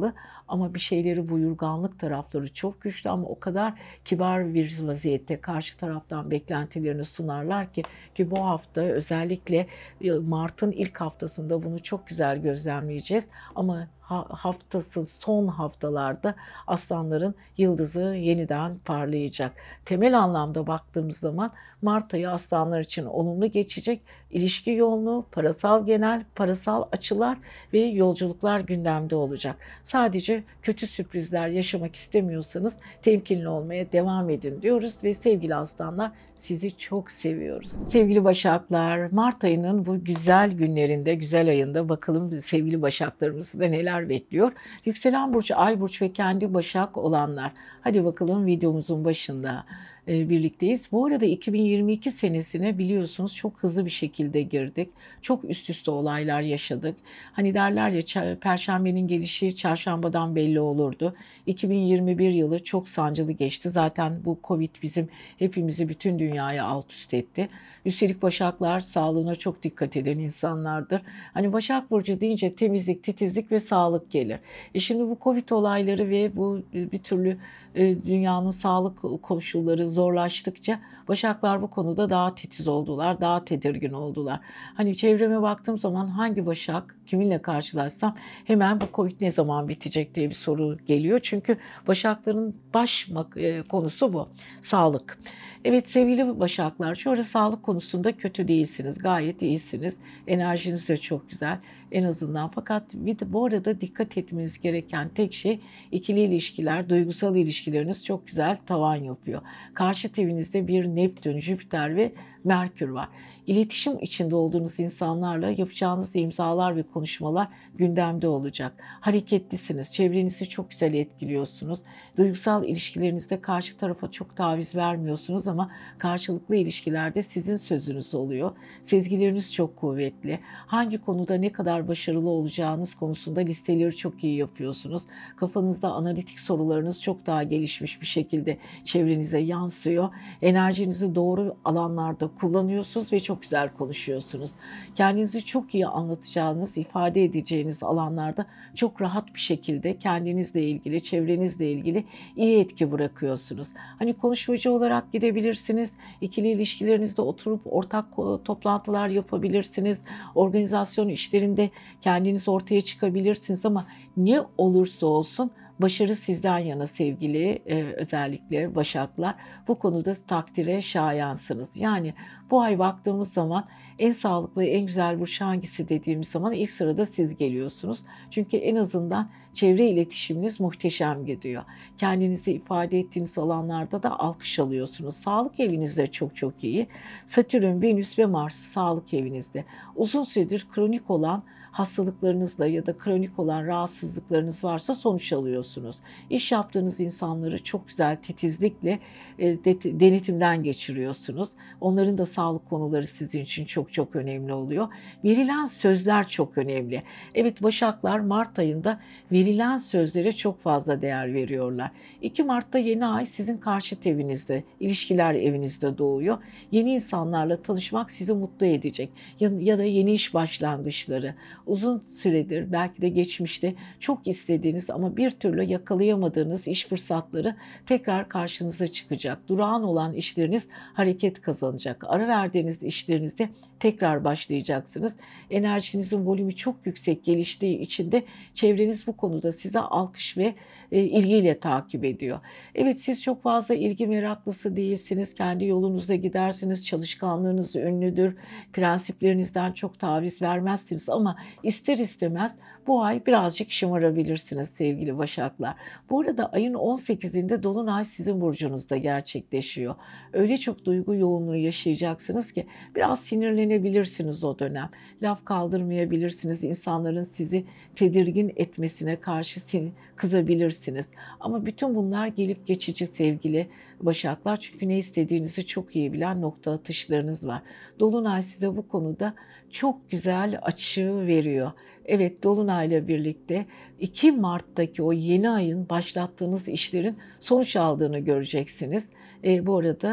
ama bir şeyleri buyurganlık tarafları çok güçlü ama o kadar kibar bir vaziyette karşı taraftan beklentilerini sunarlar ki ki bu hafta özellikle e, Mart'ın ilk haftasında bunu çok güzel gözlemleyeceğiz. Ama ha- haftası son haftalarda aslanların yıldızı yeniden parlayacak. Temel anlamda baktığımız zaman Mart ayı aslanlar için olumlu geçecek. İlişki yoğunluğu, parasal genel, parasal açılar ve yolculuklar gündemde olacak. Sadece kötü sürprizler yaşamak istemiyorsanız temkinli olmaya devam edin diyoruz ve sevgili aslanlar sizi çok seviyoruz. Sevgili Başaklar, Mart ayının bu güzel günlerinde, güzel ayında bakalım sevgili Başaklarımızı da neler bekliyor. Yükselen burç, ay burç ve kendi Başak olanlar. Hadi bakalım videomuzun başında e, birlikteyiz. Bu arada iki bin yirmi iki senesine biliyorsunuz çok hızlı bir şekilde girdik. Çok üst üste olaylar yaşadık. Hani derler ya Perşembenin gelişi çarşambadan belli olurdu. iki bin yirmi bir yılı çok sancılı geçti. Zaten bu Covid bizim hepimizi bütün dünyaya alt üst etti. Üstelik Başaklar sağlığına çok dikkat eden insanlardır. Hani Başak Burcu deyince temizlik, titizlik ve sağlık gelir. E şimdi bu Covid olayları ve bu bir türlü e, dünyanın sağlık koşulları zorlaştıkça Başaklar bu konuda daha titiz oldular, daha tedirgin oldular. Hani çevreme baktığım zaman hangi Başak, kiminle karşılaşsam hemen bu Covid ne zaman bitecek diye bir soru geliyor. Çünkü Başakların baş e, konusu bu, sağlık. Evet sevgili Başaklar, şu ara sağlık konusunda kötü değilsiniz, gayet iyisiniz. Enerjiniz de çok güzel en azından. Fakat bir de bu arada dikkat etmeniz gereken tek şey ikili ilişkiler, duygusal ilişkileriniz çok güzel tavan yapıyor. Karşı evinizde bir Neptün, Jüpiter ve Merkür var. İletişim içinde olduğunuz insanlarla yapacağınız imzalar ve konuşmalar gündemde olacak. Hareketlisiniz, çevrenizi çok güzel etkiliyorsunuz. Duygusal ilişkilerinizde karşı tarafa çok taviz vermiyorsunuz ama karşılıklı ilişkilerde sizin sözünüz oluyor. Sezgileriniz çok kuvvetli. Hangi konuda ne kadar başarılı olacağınız konusunda listeleri çok iyi yapıyorsunuz. Kafanızda analitik sorularınız çok daha gelişmiş bir şekilde çevrenize yansıyor. Enerjinizi doğru alanlarda kullanıyorsunuz ve çok güzel konuşuyorsunuz. Kendinizi çok iyi anlatacağınız, ifade edeceğiniz alanlarda çok rahat bir şekilde kendinizle ilgili, çevrenizle ilgili iyi etki bırakıyorsunuz. Hani konuşmacı olarak gidebilirsiniz, ikili ilişkilerinizde oturup ortak toplantılar yapabilirsiniz, organizasyon işlerinde kendiniz ortaya çıkabilirsiniz ama ne olursa olsun başarı sizden yana sevgili e, özellikle Başaklar. Bu konuda takdire şayansınız. Yani bu ay baktığımız zaman en sağlıklı, en güzel burç hangisi dediğimiz zaman ilk sırada siz geliyorsunuz. Çünkü en azından çevre iletişiminiz muhteşem gidiyor. Kendinizi ifade ettiğiniz alanlarda da alkış alıyorsunuz. Sağlık eviniz de çok çok iyi. Satürn, Venüs ve Mars sağlık evinizde. Uzun süredir kronik olan hastalıklarınızla ya da kronik olan rahatsızlıklarınız varsa sonuç alıyorsunuz. İş yaptığınız insanları çok güzel titizlikle e, denetimden geçiriyorsunuz. Onların da sağlık konuları sizin için çok çok önemli oluyor. Verilen sözler çok önemli. Evet Başaklar Mart ayında verilen sözlere çok fazla değer veriyorlar. iki Mart'ta yeni ay sizin karşıt evinizde, ilişkiler evinizde doğuyor. Yeni insanlarla tanışmak sizi mutlu edecek ya, ya da yeni iş başlangıçları. Uzun süredir belki de geçmişte çok istediğiniz ama bir türlü yakalayamadığınız iş fırsatları tekrar karşınıza çıkacak. Durağan olan işleriniz hareket kazanacak. Ara verdiğiniz işlerinizde tekrar başlayacaksınız. Enerjinizin volümü çok yüksek geliştiği için de çevreniz bu konuda size alkış ve e, ilgiyle takip ediyor. Evet siz çok fazla ilgi meraklısı değilsiniz. Kendi yolunuzda gidersiniz. Çalışkanlığınız ünlüdür. Prensiplerinizden çok taviz vermezsiniz ama ister istemez bu ay birazcık şımarabilirsiniz sevgili Başaklar. Bu arada ayın on sekizinde Dolunay sizin burcunuzda gerçekleşiyor. Öyle çok duygu yoğunluğu yaşayacaksınız ki biraz sinirlenebilirsiniz o dönem. Laf kaldırmayabilirsiniz. İnsanların sizi tedirgin etmesine karşı kızabilirsiniz. Ama bütün bunlar gelip geçici sevgili Başaklar. Çünkü ne istediğinizi çok iyi bilen nokta atışlarınız var. Dolunay size bu konuda çok güzel açığı veriyor. Evet Dolunay'la birlikte iki Mart'taki o yeni ayın başlattığınız işlerin sonuç aldığını göreceksiniz. E, bu arada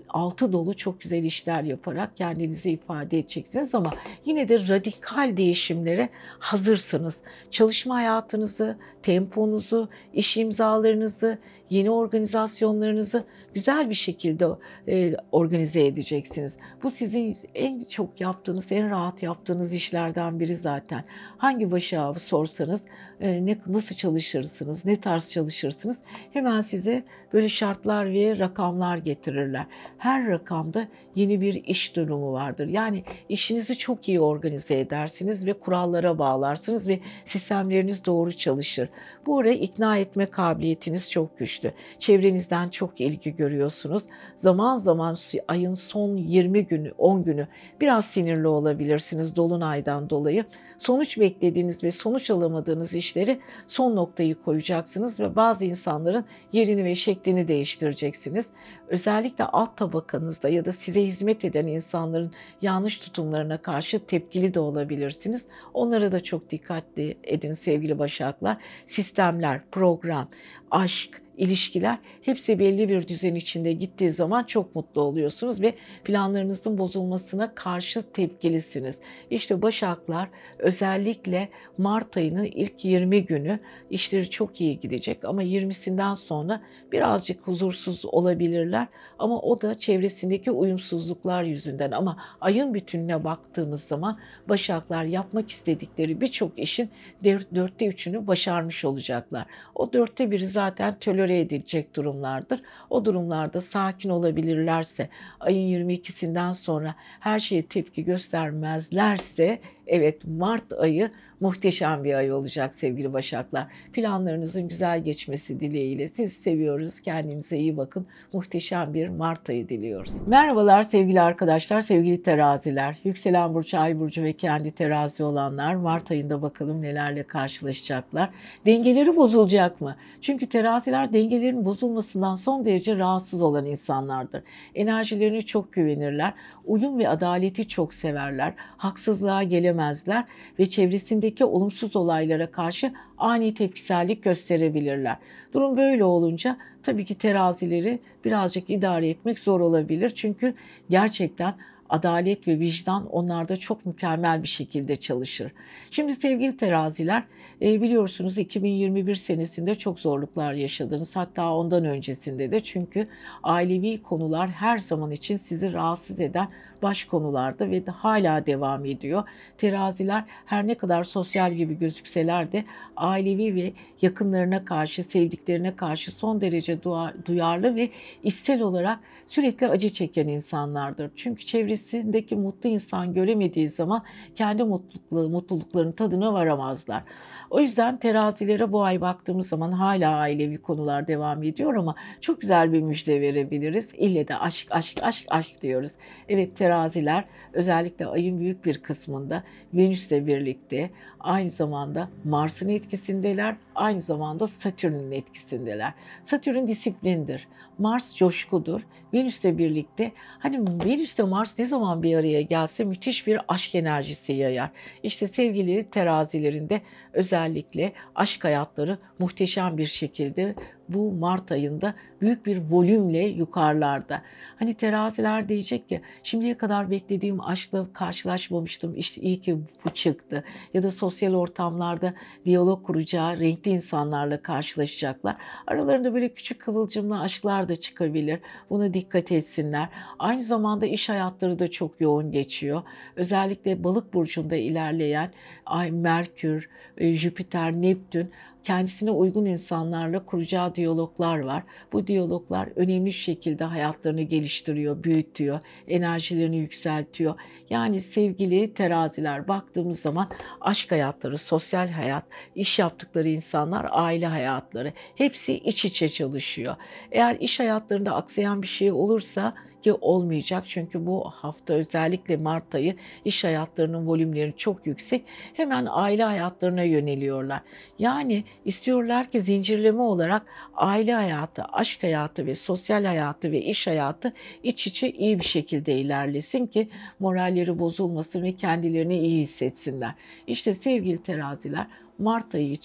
altı dolu çok güzel işler yaparak kendinizi ifade edeceksiniz ama yine de radikal değişimlere hazırsınız. Çalışma hayatınızı, temponuzu, iş imzalarınızı, yeni organizasyonlarınızı güzel bir şekilde e, organize edeceksiniz. Bu sizin en çok yaptığınız, en rahat yaptığınız işlerden biri zaten. Hangi başağı sorsanız e, ne, nasıl çalışırsınız, ne tarz çalışırsınız hemen size böyle şartlar ve rakamlar getirirler. Her rakamda yeni bir iş durumu vardır. Yani işinizi çok iyi organize edersiniz ve kurallara bağlarsınız ve sistemleriniz doğru çalışır. Bu arada ikna etme kabiliyetiniz çok güçlü. Çevrenizden çok ilgi görüyorsunuz. Zaman zaman ayın son yirmi günü, on günü biraz sinirli olabilirsiniz dolunaydan dolayı. Sonuç beklediğiniz ve sonuç alamadığınız işleri son noktayı koyacaksınız ve bazı insanların yerini ve şeklini değiştireceksiniz. Özellikle alt tabakanızda ya da size hizmet eden insanların yanlış tutumlarına karşı tepkili de olabilirsiniz. Onlara da çok dikkatli edin sevgili Başaklar. Sistemler, program, aşk, ilişkiler hepsi belli bir düzen içinde gittiği zaman çok mutlu oluyorsunuz ve planlarınızın bozulmasına karşı tepkilisiniz. İşte Başaklar özellikle Mart ayının ilk yirmi günü işleri çok iyi gidecek ama yirmisinden sonra birazcık huzursuz olabilirler ama o da çevresindeki uyumsuzluklar yüzünden. Ama ayın bütününe baktığımız zaman Başaklar yapmak istedikleri birçok işin dörtte üçünü başarmış olacaklar. O dörtte biri zaten tolere edilecek durumlardır. O durumlarda sakin olabilirlerse, ayın yirmi ikisinden sonra her şeye tepki göstermezlerse, evet Mart ayı muhteşem bir ay olacak sevgili Başaklar. Planlarınızın güzel geçmesi dileğiyle sizi seviyoruz. Kendinize iyi bakın. Muhteşem bir Mart ayı diliyoruz. Merhabalar sevgili arkadaşlar, sevgili teraziler. Yükselen burcu, ay burcu ve kendi terazi olanlar Mart ayında bakalım nelerle karşılaşacaklar. Dengeleri bozulacak mı? Çünkü teraziler dengelerin bozulmasından son derece rahatsız olan insanlardır. Enerjilerine çok güvenirler. Uyum ve adaleti çok severler. Haksızlığa gelemezler ve çevresindeki olumsuz olaylara karşı ani tepkisellik gösterebilirler. Durum böyle olunca tabii ki terazileri birazcık idare etmek zor olabilir. Çünkü gerçekten adalet ve vicdan onlarda çok mükemmel bir şekilde çalışır. Şimdi sevgili teraziler, biliyorsunuz iki bin yirmi bir senesinde çok zorluklar yaşadınız. Hatta ondan öncesinde de, çünkü ailevi konular her zaman için sizi rahatsız eden baş konularda ve de hala devam ediyor. Teraziler her ne kadar sosyal gibi gözükseler de ailevi ve yakınlarına karşı, sevdiklerine karşı son derece duyarlı ve içsel olarak sürekli acı çeken insanlardır. Çünkü çevresindeki mutlu insan göremediği zaman kendi mutlulukları, mutlulukların tadına varamazlar. O yüzden terazilere bu ay baktığımız zaman hala ailevi konular devam ediyor ama çok güzel bir müjde verebiliriz. İlle de aşk, aşk, aşk, aşk diyoruz. Evet, teraziler özellikle ayın büyük bir kısmında Venüs'le birlikte, aynı zamanda Mars'ın etkisindeler, aynı zamanda Satürn'ün etkisindeler. Satürn disiplindir, Mars coşkudur. Venüs'le birlikte, hani Venüs'le Mars ne zaman bir araya gelse müthiş bir aşk enerjisi yayar. İşte sevgili terazilerin de özellikle aşk hayatları muhteşem bir şekilde bu Mart ayında büyük bir volümle yukarılarda. Hani teraziler diyecek ki şimdiye kadar beklediğim aşkla karşılaşmamıştım, İşte iyi ki bu çıktı. Ya da sosyal ortamlarda diyalog kuracağı renkli insanlarla karşılaşacaklar. Aralarında böyle küçük kıvılcımlı aşklar da çıkabilir. Buna dikkat etsinler. Aynı zamanda iş hayatları da çok yoğun geçiyor. Özellikle Balık burcunda ilerleyen Ay, Merkür, Jüpiter, Neptün kendisine uygun insanlarla kuracağı diyaloglar var. Bu diyaloglar önemli şekilde hayatlarını geliştiriyor, büyütüyor, enerjilerini yükseltiyor. Yani sevgili teraziler, baktığımız zaman aşk hayatları, sosyal hayat, iş yaptıkları insanlar, aile hayatları hepsi iç içe çalışıyor. Eğer iş hayatlarında aksayan bir şey olursa, ki olmayacak çünkü bu hafta özellikle Mart ayı iş hayatlarının volümleri çok yüksek, hemen aile hayatlarına yöneliyorlar. Yani istiyorlar ki zincirleme olarak aile hayatı, aşk hayatı ve sosyal hayatı ve iş hayatı iç içe iyi bir şekilde ilerlesin ki moralleri bozulmasın ve kendilerini iyi hissetsinler. İşte sevgili teraziler, Mart ayı için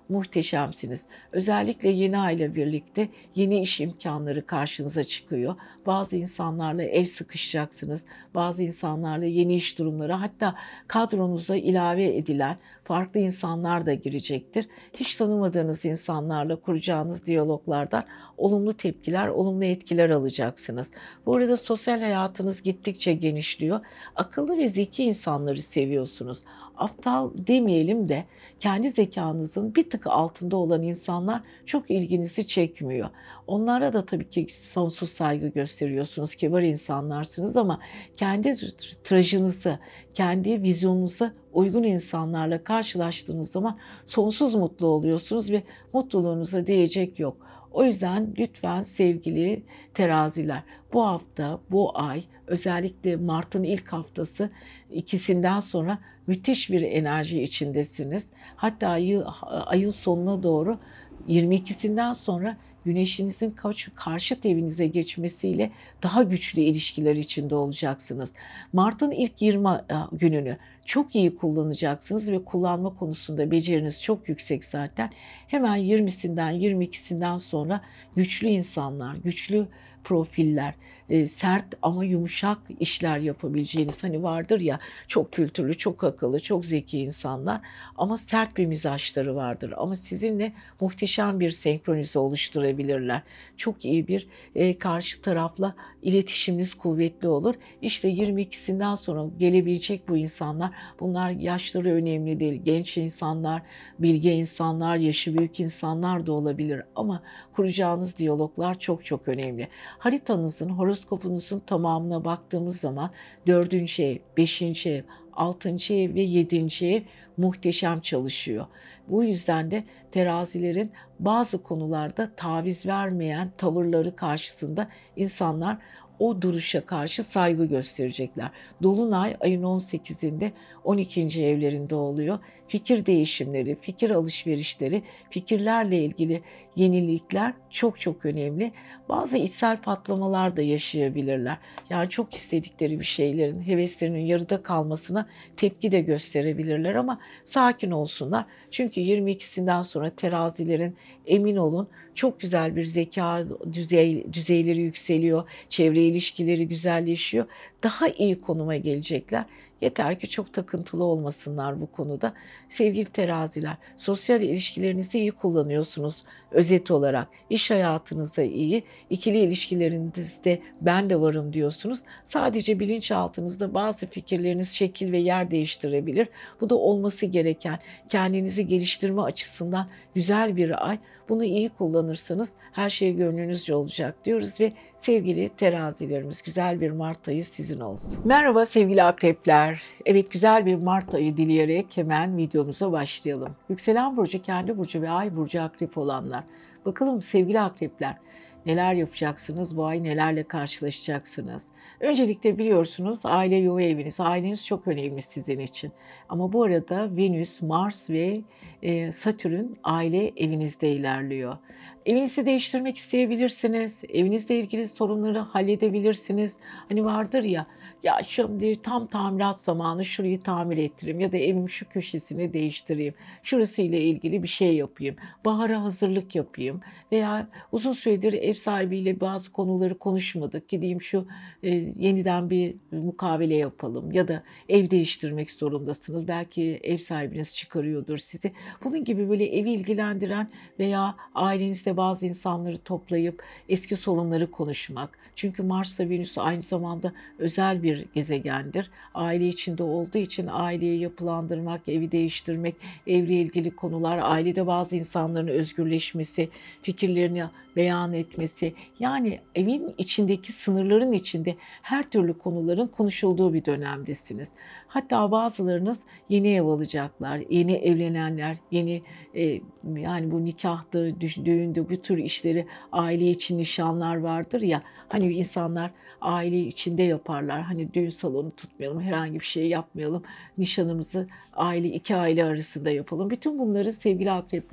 muhteşemsiniz. Özellikle yeni ay ile birlikte yeni iş imkanları karşınıza çıkıyor. Bazı insanlarla el sıkışacaksınız. Bazı insanlarla yeni iş durumları, hatta kadronuza ilave edilen farklı insanlar da girecektir. Hiç tanımadığınız insanlarla kuracağınız diyaloglardan olumlu tepkiler, olumlu etkiler alacaksınız. Bu arada sosyal hayatınız gittikçe genişliyor. Akıllı ve zeki insanları seviyorsunuz. Aptal demeyelim de kendi zekanızın bir tık altında olan insanlar çok ilginizi çekmiyor. Onlara da tabii ki sonsuz saygı gösteriyorsunuz. Kibar insanlarsınız ama kendi tirajınızı, kendi vizyonunuza uygun insanlarla karşılaştığınız zaman sonsuz mutlu oluyorsunuz ve mutluluğunuza diyecek yok. O yüzden lütfen sevgili teraziler, bu hafta, bu ay, özellikle Mart'ın ilk haftası, ikisinden sonra müthiş bir enerji içindesiniz. Hatta ayı, ayın sonuna doğru yirmi ikisinden sonra Güneşinizin karşıt evinize geçmesiyle daha güçlü ilişkiler içinde olacaksınız. Mart'ın ilk yirmi gününü çok iyi kullanacaksınız ve kullanma konusunda beceriniz çok yüksek zaten. Hemen yirmisinden yirmi ikisinden sonra güçlü insanlar, güçlü profiller, e, sert ama yumuşak işler yapabileceğiniz, hani vardır ya, çok kültürlü, çok akıllı, çok zeki insanlar ama sert bir mizaçları vardır. Ama sizinle muhteşem bir senkronize oluşturabilirler. Çok iyi bir e, karşı tarafla iletişiminiz kuvvetli olur. İşte yirmi ikisinden sonra gelebilecek bu insanlar, bunlar yaşları önemli değil. Genç insanlar, bilge insanlar, yaşı büyük insanlar da olabilir ama kuracağınız diyaloglar çok çok önemli. Haritanızın, horoskopunuzun tamamına baktığımız zaman dördüncü ev, beşinci ev, altıncı ev ve yedinci ev muhteşem çalışıyor. Bu yüzden de terazilerin bazı konularda taviz vermeyen tavırları karşısında insanlar o duruşa karşı saygı gösterecekler. Dolunay ayın on sekizinde on ikinci evlerinde oluyor. Fikir değişimleri, fikir alışverişleri, fikirlerle ilgili yenilikler çok çok önemli. Bazı içsel patlamalar da yaşayabilirler. Yani çok istedikleri bir şeylerin, heveslerinin yarıda kalmasına tepki de gösterebilirler ama sakin olsunlar. Çünkü yirmi ikisinden sonra terazilerin, emin olun, çok güzel bir zeka düzey, düzeyleri yükseliyor. Çevre ilişkileri güzelleşiyor. Daha iyi konuma gelecekler. Yeter ki çok takıntılı olmasınlar bu konuda. Sevgili teraziler, sosyal ilişkilerinizi iyi kullanıyorsunuz özet olarak. İş hayatınızda iyi, ikili ilişkilerinizde ben de varım diyorsunuz. Sadece bilinçaltınızda bazı fikirleriniz şekil ve yer değiştirebilir. Bu da olması gereken, kendinizi geliştirme açısından güzel bir ay. Bunu iyi kullanırsanız her şey gönlünüzce olacak diyoruz ve sevgili terazilerimiz, güzel bir Mart ayı sizin olsun. Merhaba sevgili akrepler. Evet, güzel bir Mart ayı dileyerek hemen videomuza başlayalım. Yükselen burcu, kendi burcu ve ay burcu akrep olanlar. Bakalım sevgili akrepler, neler yapacaksınız? Bu ay nelerle karşılaşacaksınız? Öncelikle biliyorsunuz aile yuva eviniz, aileniz çok önemli sizin için. Ama bu arada Venüs, Mars ve e, Satürn aile evinizde ilerliyor. Evinizi değiştirmek isteyebilirsiniz. Evinizle ilgili sorunları halledebilirsiniz. Hani vardır ya, ya şimdi tam tamirat zamanı, şurayı tamir ettireyim ya da evim şu köşesini değiştireyim. Şurası ile ilgili bir şey yapayım. Bahara hazırlık yapayım veya uzun süredir ev sahibiyle bazı konuları konuşmadık. Gideyim şu e, yeniden bir mukavele yapalım ya da ev değiştirmek zorundasınız. Belki ev sahibiniz çıkarıyordur sizi. Bunun gibi böyle evi ilgilendiren veya ailenizde bazı insanları toplayıp eski sorunları konuşmak. Çünkü Mars'la Venüs aynı zamanda özel bir gezegendir. Aile içinde olduğu için aileyi yapılandırmak, evi değiştirmek, evle ilgili konular, ailede bazı insanların özgürleşmesi, fikirlerini beyan etmesi, yani evin içindeki sınırların içinde her türlü konuların konuşulduğu bir dönemdesiniz. Hatta bazılarınız yeni ev alacaklar, yeni evlenenler, yeni e, yani bu nikahta, düğünde, bu tür işleri, aile için nişanlar vardır ya, hani insanlar aile içinde yaparlar. Hani düğün salonu tutmayalım, herhangi bir şey yapmayalım, nişanımızı aile iki aile arasında yapalım. Bütün bunları sevgili akrepler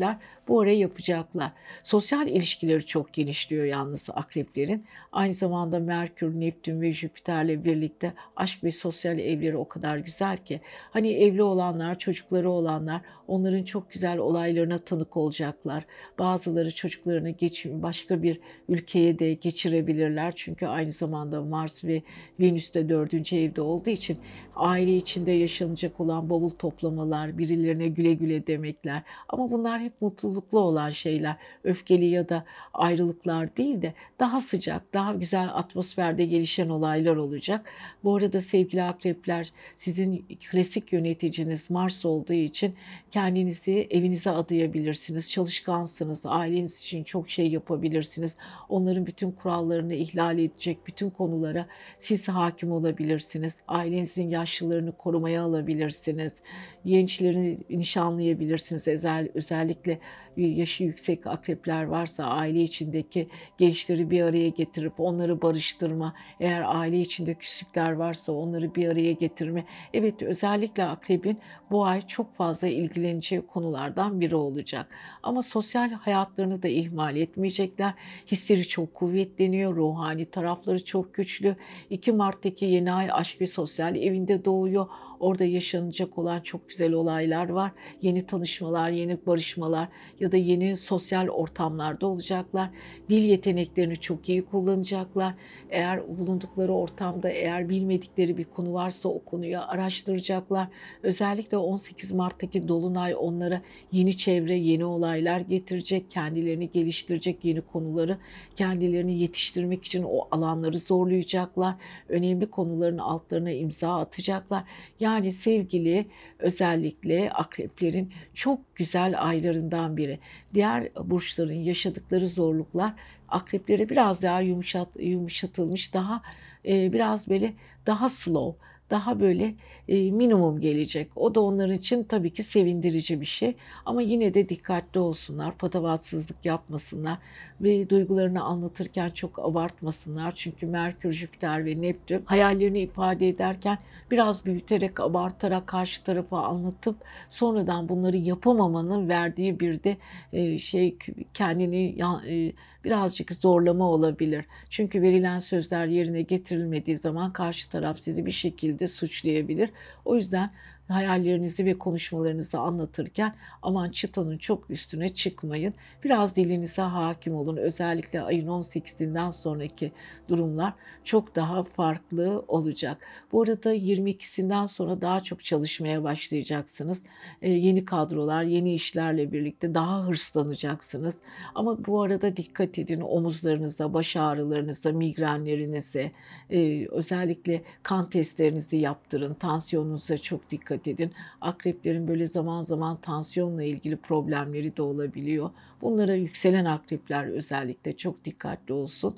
bu ara yapacaklar. Sosyal ilişkileri çok genişliyor yalnız akreplerin. Aynı zamanda Merkür, Neptün ve Jüpiter'le birlikte aşk ve sosyal evleri o kadar güzel ki. Hani evli olanlar, çocukları olanlar onların çok güzel olaylarına tanık olacaklar. Bazıları çocuklarını geç, başka bir ülkeye de geçirebilirler. Çünkü aynı zamanda Mars ve Venüs de dördüncü evde olduğu için aile içinde yaşanacak olan bavul toplamalar, birilerine güle güle demekler. Ama bunlar hep mutluluklu olan şeyler. Öfkeli ya da ayrılıklar değil de daha sıcak, daha güzel atmosferde gelişen olaylar olacak. Bu arada sevgili akrepler, sizin klasik yöneticiniz Mars olduğu için kendinizi evinize adayabilirsiniz. Çalışkansınız, aileniz için çok şey yapabilirsiniz. Onların bütün kurallarını ihlal edecek bütün konulara siz hakim olabilirsiniz. Ailenizin yaşlılarını korumaya alabilirsiniz. Gençleri nişanlayabilirsiniz. Özel, özellikle yaşı yüksek akrepler varsa aile içindeki gençleri bir araya getirip onları barıştırma, eğer aile içinde küslükler varsa onları bir araya getirme. Evet, özellikle akrebin bu ay çok fazla ilgileneceği konulardan biri olacak. Ama sosyal hayatlarını da ihmal etmeyecekler. Hisleri çok kuvvetleniyor, ruhani tarafları çok güçlü. iki Mart'taki yeni ay aşk ve sosyal evinde doğuyor. Orada yaşanacak olan çok güzel olaylar var. Yeni tanışmalar, yeni barışmalar ya da yeni sosyal ortamlarda olacaklar. Dil yeteneklerini çok iyi kullanacaklar. Eğer bulundukları ortamda eğer bilmedikleri bir konu varsa o konuyu araştıracaklar. Özellikle on sekiz Mart'taki dolunay onlara yeni çevre, yeni olaylar getirecek. Kendilerini geliştirecek yeni konuları, kendilerini yetiştirmek için o alanları zorlayacaklar. Önemli konuların altlarına imza atacaklar. Yani sevgili özellikle akreplerin çok güzel aylarından biri. Diğer burçların yaşadıkları zorluklar akreplere biraz daha yumuşat, yumuşatılmış, daha e, biraz böyle daha slow, daha böyle e, minimum gelecek. O da onlar için tabii ki sevindirici bir şey. Ama yine de dikkatli olsunlar, patavatsızlık yapmasınlar ve duygularını anlatırken çok abartmasınlar. Çünkü Merkür, Jüpiter ve Neptün hayallerini ifade ederken biraz büyüterek, abartarak karşı tarafa anlatıp sonradan bunları yapamamanın verdiği bir de e, şey kendini e, birazcık zorlama olabilir. Çünkü verilen sözler yerine getirilmediği zaman karşı taraf sizi bir şekilde suçlayabilir. O yüzden hayallerinizi ve konuşmalarınızı anlatırken aman çıtanın çok üstüne çıkmayın. Biraz dilinize hakim olun. Özellikle ayın on sekizinden sonraki durumlar çok daha farklı olacak. Bu arada yirmi ikisinden sonra daha çok çalışmaya başlayacaksınız. Ee, yeni kadrolar, yeni işlerle birlikte daha hırslanacaksınız. Ama bu arada dikkat edin omuzlarınıza, baş ağrılarınıza, migrenlerinize, e, özellikle kan testlerinizi yaptırın. Tansiyonunuza çok dikkat edin. Akreplerin böyle zaman zaman tansiyonla ilgili problemleri de olabiliyor. Bunlara yükselen akrepler özellikle çok dikkatli olsun.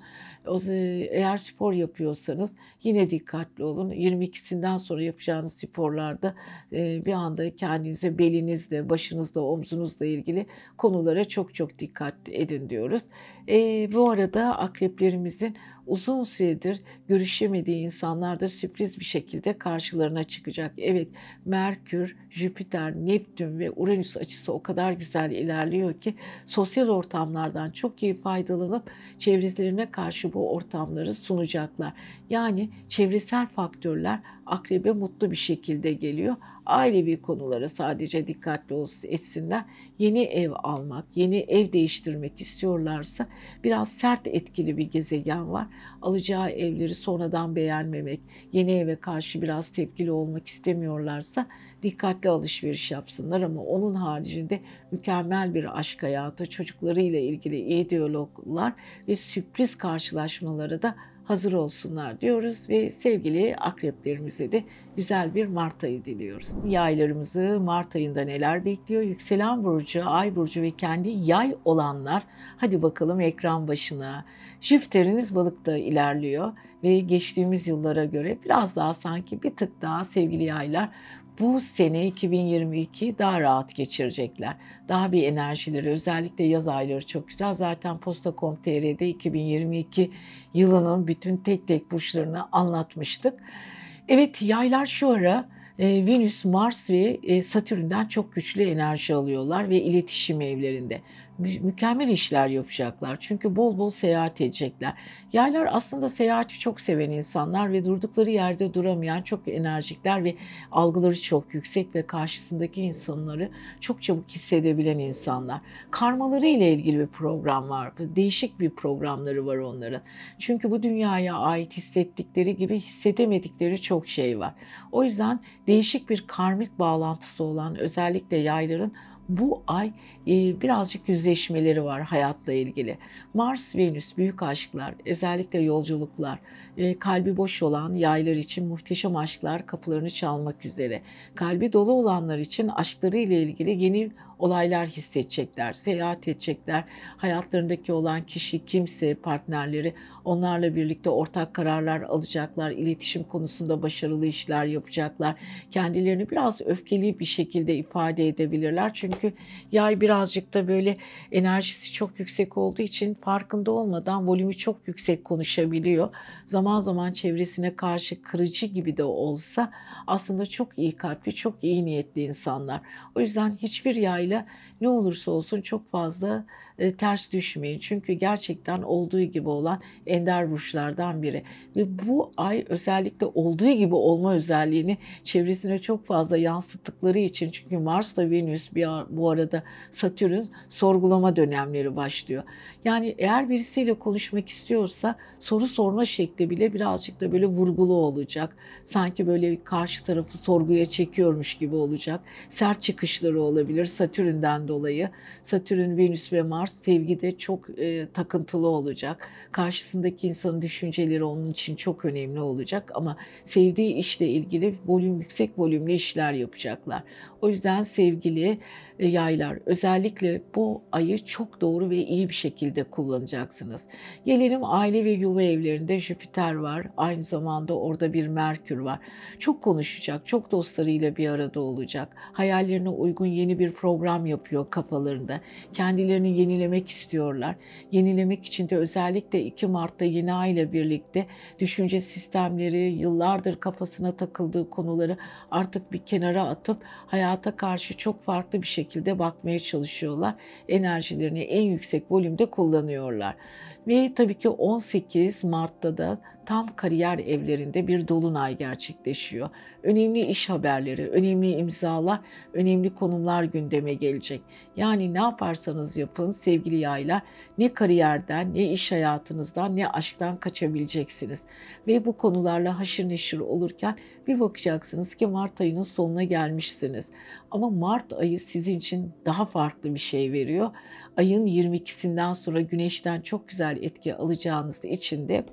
Eğer spor yapıyorsanız yine dikkatli olun. yirmi ikisinden sonra yapacağınız sporlarda bir anda kendinize belinizle, başınızla, omzunuzla ilgili konulara çok çok dikkat edin diyoruz. E, bu arada akreplerimizin uzun süredir görüşemediği insanlar da sürpriz bir şekilde karşılarına çıkacak. Evet, Merkür, Jüpiter, Neptün ve Uranüs açısı o kadar güzel ilerliyor ki sosyal ortamlardan çok iyi faydalanıp çevrelerine karşı bu ortamları sunacaklar. Yani çevresel faktörler akrebe mutlu bir şekilde geliyor. Ailevi konulara sadece dikkatli etsinler. Yeni ev almak, yeni ev değiştirmek istiyorlarsa biraz sert etkili bir gezegen var. Alacağı evleri sonradan beğenmemek, yeni eve karşı biraz tepkili olmak istemiyorlarsa dikkatli alışveriş yapsınlar. Ama onun haricinde mükemmel bir aşk hayatı, çocuklarıyla ilgili iyi diyaloglar ve sürpriz karşılaşmaları da hazır olsunlar diyoruz ve sevgili akreplerimize de güzel bir Mart ayı diliyoruz. Yaylarımızı Mart ayında neler bekliyor? Yükselen burcu, ay burcu ve kendi yay olanlar hadi bakalım ekran başına. Jüpiter'iniz balıkta ilerliyor ve geçtiğimiz yıllara göre biraz daha sanki bir tık daha sevgili yaylar bu sene iki bin yirmi iki daha rahat geçirecekler. Daha bir enerjileri, özellikle yaz ayları çok güzel. Zaten posta nokta com nokta t r'de iki bin yirmi iki yılının bütün tek tek burçlarını anlatmıştık. Evet, yaylar şu ara Eee, Venüs, Mars ve, eee, Satürn'den çok güçlü enerji alıyorlar ve iletişim evlerinde. Mü mükemmel işler yapacaklar çünkü bol bol seyahat edecekler. Yaylar aslında seyahati çok seven insanlar ve durdukları yerde duramayan çok enerjikler ve algıları çok yüksek ve karşısındaki insanları çok çabuk hissedebilen insanlar. Karmaları ile ilgili bir program var. Değişik bir programları var onların. Çünkü bu dünyaya ait hissettikleri gibi hissedemedikleri çok şey var. O yüzden değişik bir karmik bağlantısı olan özellikle yayların bu ay eee, birazcık yüzleşmeleri var hayatla ilgili. Mars, Venüs, büyük aşklar, özellikle yolculuklar, eee, kalbi boş olan yaylar için muhteşem aşklar kapılarını çalmak üzere. Kalbi dolu olanlar için aşkları ile ilgili yeni olaylar hissedecekler, seyahat edecekler. Hayatlarındaki olan kişi, kimse, partnerleri onlarla birlikte ortak kararlar alacaklar, iletişim konusunda başarılı işler yapacaklar. Kendilerini biraz öfkeli bir şekilde ifade edebilirler. Çünkü yay birazcık da böyle enerjisi çok yüksek olduğu için farkında olmadan volümü çok yüksek konuşabiliyor. Zaman zaman çevresine karşı kırıcı gibi de olsa aslında çok iyi kalpli, çok iyi niyetli insanlar. O yüzden hiçbir yayla ne olursa olsun çok fazla e, ters düşmeyin. Çünkü gerçekten olduğu gibi olan ender burçlardan biri. Ve bu ay özellikle olduğu gibi olma özelliğini çevresine çok fazla yansıttıkları için, çünkü Mars'la Venüs bir bu arada Satürn sorgulama dönemleri başlıyor. Yani eğer birisiyle konuşmak istiyorsa soru sorma şekli bile birazcık da böyle vurgulu olacak. Sanki böyle karşı tarafı sorguya çekiyormuş gibi olacak. Sert çıkışları olabilir Satürn'den dolayı. Satürn, Venüs ve Mars sevgide çok e, takıntılı olacak. Karşısındaki insanın düşünceleri onun için çok önemli olacak ama sevdiği işle ilgili volüm yüksek volümlü işler yapacaklar. O yüzden sevgili e, yaylar, özellikle bu ayı çok doğru ve iyi bir şekilde kullanacaksınız. Gelelim aile ve yuva evlerinde Jüpiter var. Aynı zamanda orada bir Merkür var. Çok konuşacak, çok dostlarıyla bir arada olacak. Hayallerine uygun yeni bir program yapıyor kafalarında. Kendilerini yenilemek istiyorlar. Yenilemek için de özellikle iki Mart'ta yeni ay ile birlikte düşünce sistemleri, yıllardır kafasına takıldığı konuları artık bir kenara atıp hayata karşı çok farklı bir şekilde bakmaya çalışıyorlar. Enerjilerini en yüksek volümde kullanıyorlar. Ve tabii ki on sekiz Mart'ta da tam kariyer evlerinde bir dolunay gerçekleşiyor. Önemli iş haberleri, önemli imzalar, önemli konumlar gündeme gelecek. Yani ne yaparsanız yapın sevgili yaylar, ne kariyerden, ne iş hayatınızdan, ne aşktan kaçabileceksiniz. Ve bu konularla haşır neşir olurken bir bakacaksınız ki Mart ayının sonuna gelmişsiniz. Ama Mart ayı sizin için daha farklı bir şey veriyor. Ayın yirmi ikisinden sonra Güneş'ten çok güzel etki alacağınız için de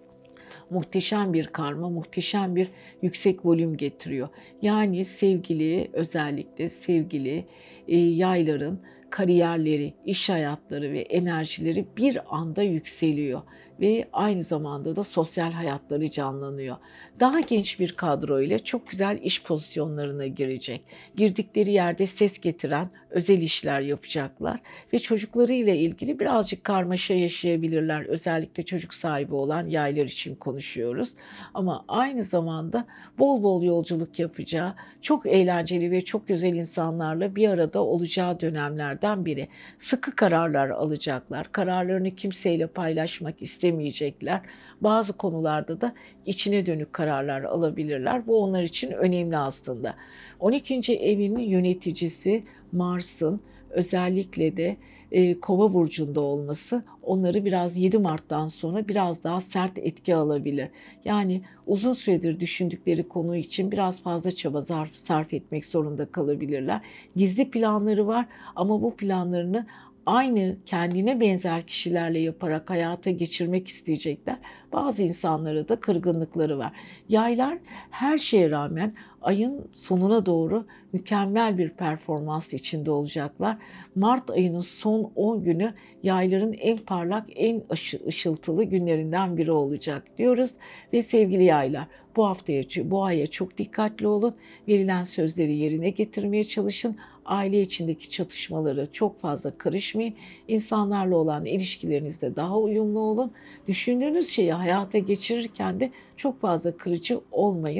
muhteşem bir karma, muhteşem bir yüksek volüm getiriyor. Yani sevgili, özellikle sevgili e, yayların kariyerleri, iş hayatları ve enerjileri bir anda yükseliyor ve aynı zamanda da sosyal hayatları canlanıyor. Daha genç bir kadro ile çok güzel iş pozisyonlarına girecek. Girdikleri yerde ses getiren özel işler yapacaklar ve çocuklarıyla ilgili birazcık karmaşa yaşayabilirler. Özellikle çocuk sahibi olan yaylar için konuşuyoruz. Ama aynı zamanda bol bol yolculuk yapacağı, çok eğlenceli ve çok güzel insanlarla bir arada olacağı dönemlerden biri. Sıkı kararlar alacaklar. Kararlarını kimseyle paylaşmak istemeyecekler. Bazı konularda da içine dönük kararlar alabilirler. Bu onlar için önemli aslında. on ikinci evinin yöneticisi Mars'ın özellikle de e, Kova burcunda olması onları biraz yedi Mart'tan sonra biraz daha sert etki alabilir. Yani uzun süredir düşündükleri konu için biraz fazla çaba sarf, sarf etmek zorunda kalabilirler. Gizli planları var ama bu planlarını aynı kendine benzer kişilerle yaparak hayata geçirmek isteyecekler. Bazı insanlara da kırgınlıkları var. Yaylar her şeye rağmen ayın sonuna doğru mükemmel bir performans içinde olacaklar. Mart ayının son on günü yayların en parlak, en ışıltılı günlerinden biri olacak diyoruz. Ve sevgili yaylar, bu haftaya, bu aya çok dikkatli olun. Verilen sözleri yerine getirmeye çalışın. Aile içindeki çatışmaları çok fazla karışmayın. İnsanlarla olan ilişkilerinizde daha uyumlu olun. Düşündüğünüz şeyi hayata geçirirken de çok fazla kırıcı olmayın.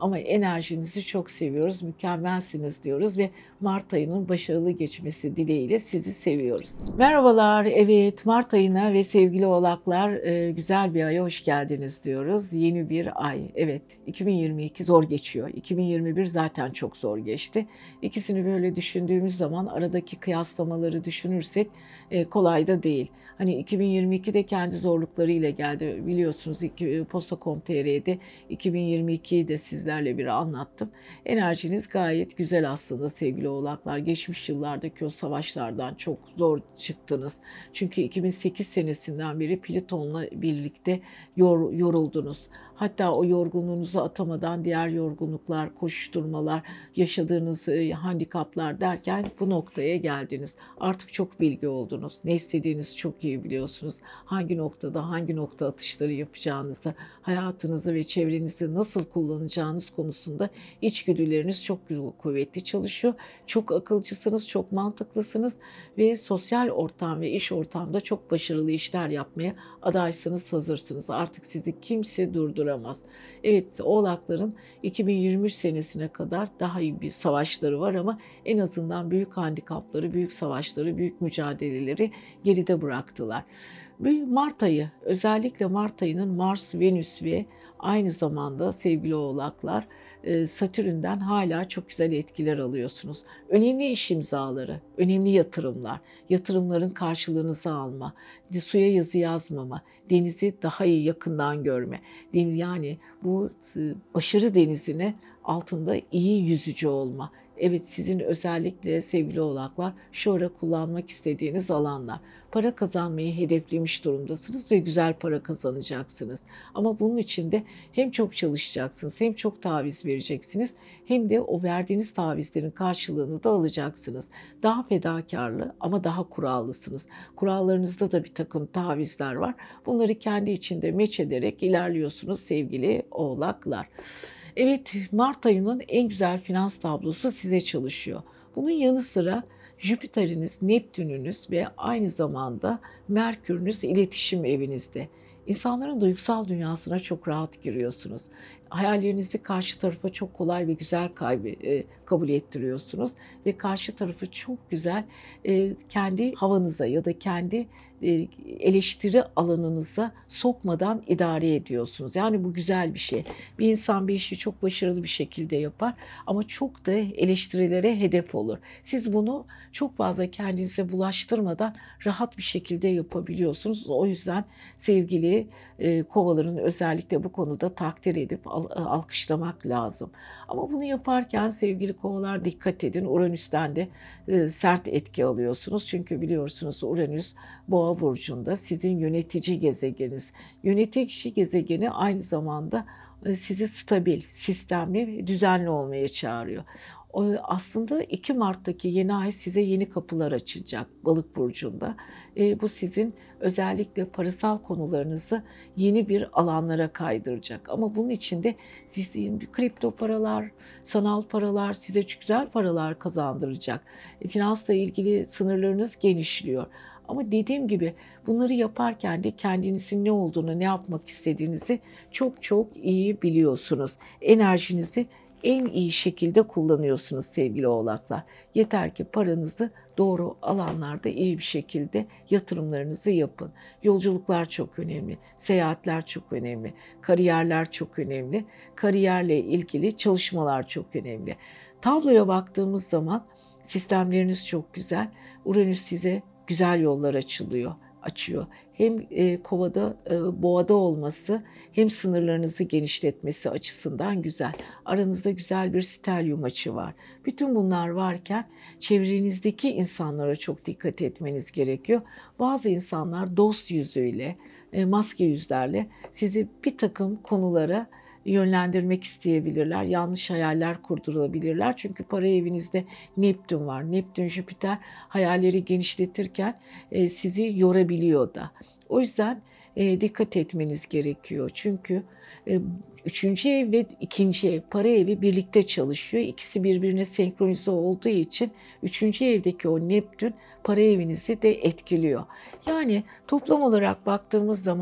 ama enerjinizi çok seviyoruz, mükemmelsiniz diyoruz ve Mart ayının başarılı geçmesi dileğiyle sizi seviyoruz. Merhabalar, evet Mart ayına ve sevgili oğlaklar e, güzel bir aya hoş geldiniz diyoruz. Yeni bir ay, evet iki bin yirmi iki zor geçiyor, iki bin yirmi bir zaten çok zor geçti. İkisini böyle düşündüğümüz zaman aradaki kıyaslamaları düşünürsek e, kolay da değil. Hani iki bin yirmi iki de kendi zorluklarıyla geldi biliyorsunuz iki, posta nokta com nokta tr'de iki bin yirmi ikiyi de sizlerle bir anlattım. Enerjiniz gayet güzel aslında sevgili oğlaklar. Geçmiş yıllardaki o savaşlardan çok zor çıktınız. Çünkü iki bin sekiz senesinden beri Plüton'la birlikte yor, yoruldunuz. Hatta o yorgunluğunuzu atamadan diğer yorgunluklar, koşuşturmalar, yaşadığınız e, handikaplar derken bu noktaya geldiniz. Artık çok bilgi oldunuz. Ne istediğinizi çok iyi biliyorsunuz. Hangi noktada, hangi nokta atışları yapacağınızı, hayatınızı ve çevrenizi nasıl kullanacağınız konusunda içgüdüleriniz çok kuvvetli çalışıyor. Çok akılcısınız, çok mantıklısınız ve sosyal ortam ve iş ortamda çok başarılı işler yapmaya adaysınız, hazırsınız. Artık sizi kimse durduramaz. Evet, Oğlakların iki bin yirmi üç senesine kadar daha iyi bir savaşları var ama en azından büyük handikapları, büyük savaşları, büyük mücadeleleri geride bıraktılar. Mart ayı, özellikle Mart ayının Mars, Venüs ve aynı zamanda sevgili oğlaklar Satürn'den hala çok güzel etkiler alıyorsunuz. Önemli iş imzaları, önemli yatırımlar, yatırımların karşılığınızı alma, suya yazı yazmama, denizi daha iyi yakından görme. Yani bu başarı denizine altında iyi yüzücü olma. Evet, sizin özellikle sevgili oğlaklar şu ara kullanmak istediğiniz alanlar. Para kazanmayı hedeflemiş durumdasınız ve güzel para kazanacaksınız. Ama bunun için de hem çok çalışacaksınız, hem çok taviz vereceksiniz, hem de o verdiğiniz tavizlerin karşılığını da alacaksınız. Daha fedakarlı ama daha kurallısınız. Kurallarınızda da bir takım tavizler var. Bunları kendi içinde meç ederek ilerliyorsunuz sevgili oğlaklar. Evet, Mart ayının en güzel finans tablosu size çalışıyor. Bunun yanı sıra Jüpiter'iniz, Neptün'ünüz ve aynı zamanda Merkür'ünüz iletişim evinizde. İnsanların duygusal dünyasına çok rahat giriyorsunuz. Hayallerinizi karşı tarafa çok kolay ve güzel kaybı, e, kabul ettiriyorsunuz ve karşı tarafı çok güzel e, kendi havanıza ya da kendi e, eleştiri alanınıza sokmadan idare ediyorsunuz. Yani bu güzel bir şey. Bir insan bir işi çok başarılı bir şekilde yapar ama çok da eleştirilere hedef olur. Siz bunu çok fazla kendinize bulaştırmadan rahat bir şekilde yapabiliyorsunuz. O yüzden sevgili e, kovaların özellikle bu konuda takdir edip al, alkışlamak lazım. Ama bunu yaparken sevgili kovalar dikkat edin. Uranüs'ten de e, sert etki alıyorsunuz. Çünkü biliyorsunuz Uranüs Boğa burcunda sizin yönetici gezegeniniz. Yönetici gezegeni aynı zamanda sizi stabil, sistemli ve düzenli olmaya çağırıyor. Aslında iki Mart'taki yeni ay size yeni kapılar açacak Balık burcunda. E, bu sizin özellikle parasal konularınızı yeni bir alanlara kaydıracak. Ama bunun için de sizin kripto paralar, sanal paralar size güzel paralar kazandıracak. E, finansla ilgili sınırlarınız genişliyor. Ama dediğim gibi bunları yaparken de kendinizin ne olduğunu, ne yapmak istediğinizi çok çok iyi biliyorsunuz. Enerjinizi en iyi şekilde kullanıyorsunuz sevgili oğlaklar. Yeter ki paranızı doğru alanlarda iyi bir şekilde yatırımlarınızı yapın. Yolculuklar çok önemli, seyahatler çok önemli, kariyerler çok önemli, kariyerle ilgili çalışmalar çok önemli. Tabloya baktığımız zaman sistemleriniz çok güzel. Uranüs size güzel yollar açılıyor, açıyor. Hem e, kovada, e, boğada olması hem sınırlarınızı genişletmesi açısından güzel. Aranızda güzel bir stelyum açı var. Bütün bunlar varken çevrenizdeki insanlara çok dikkat etmeniz gerekiyor. Bazı insanlar dost yüzüyle, e, maske yüzlerle sizi bir takım konulara yönlendirmek isteyebilirler. Yanlış hayaller kurdurabilirler. Çünkü para evinizde Neptün var. Neptün, Jüpiter hayalleri genişletirken e, sizi yorabiliyor da. O yüzden e, dikkat etmeniz gerekiyor. Çünkü e, üçüncü ev ve ikinci ev, para evi birlikte çalışıyor. İkisi birbirine senkronize olduğu için üçüncü evdeki o Neptün para evinizi de etkiliyor. Yani toplam olarak baktığımız zaman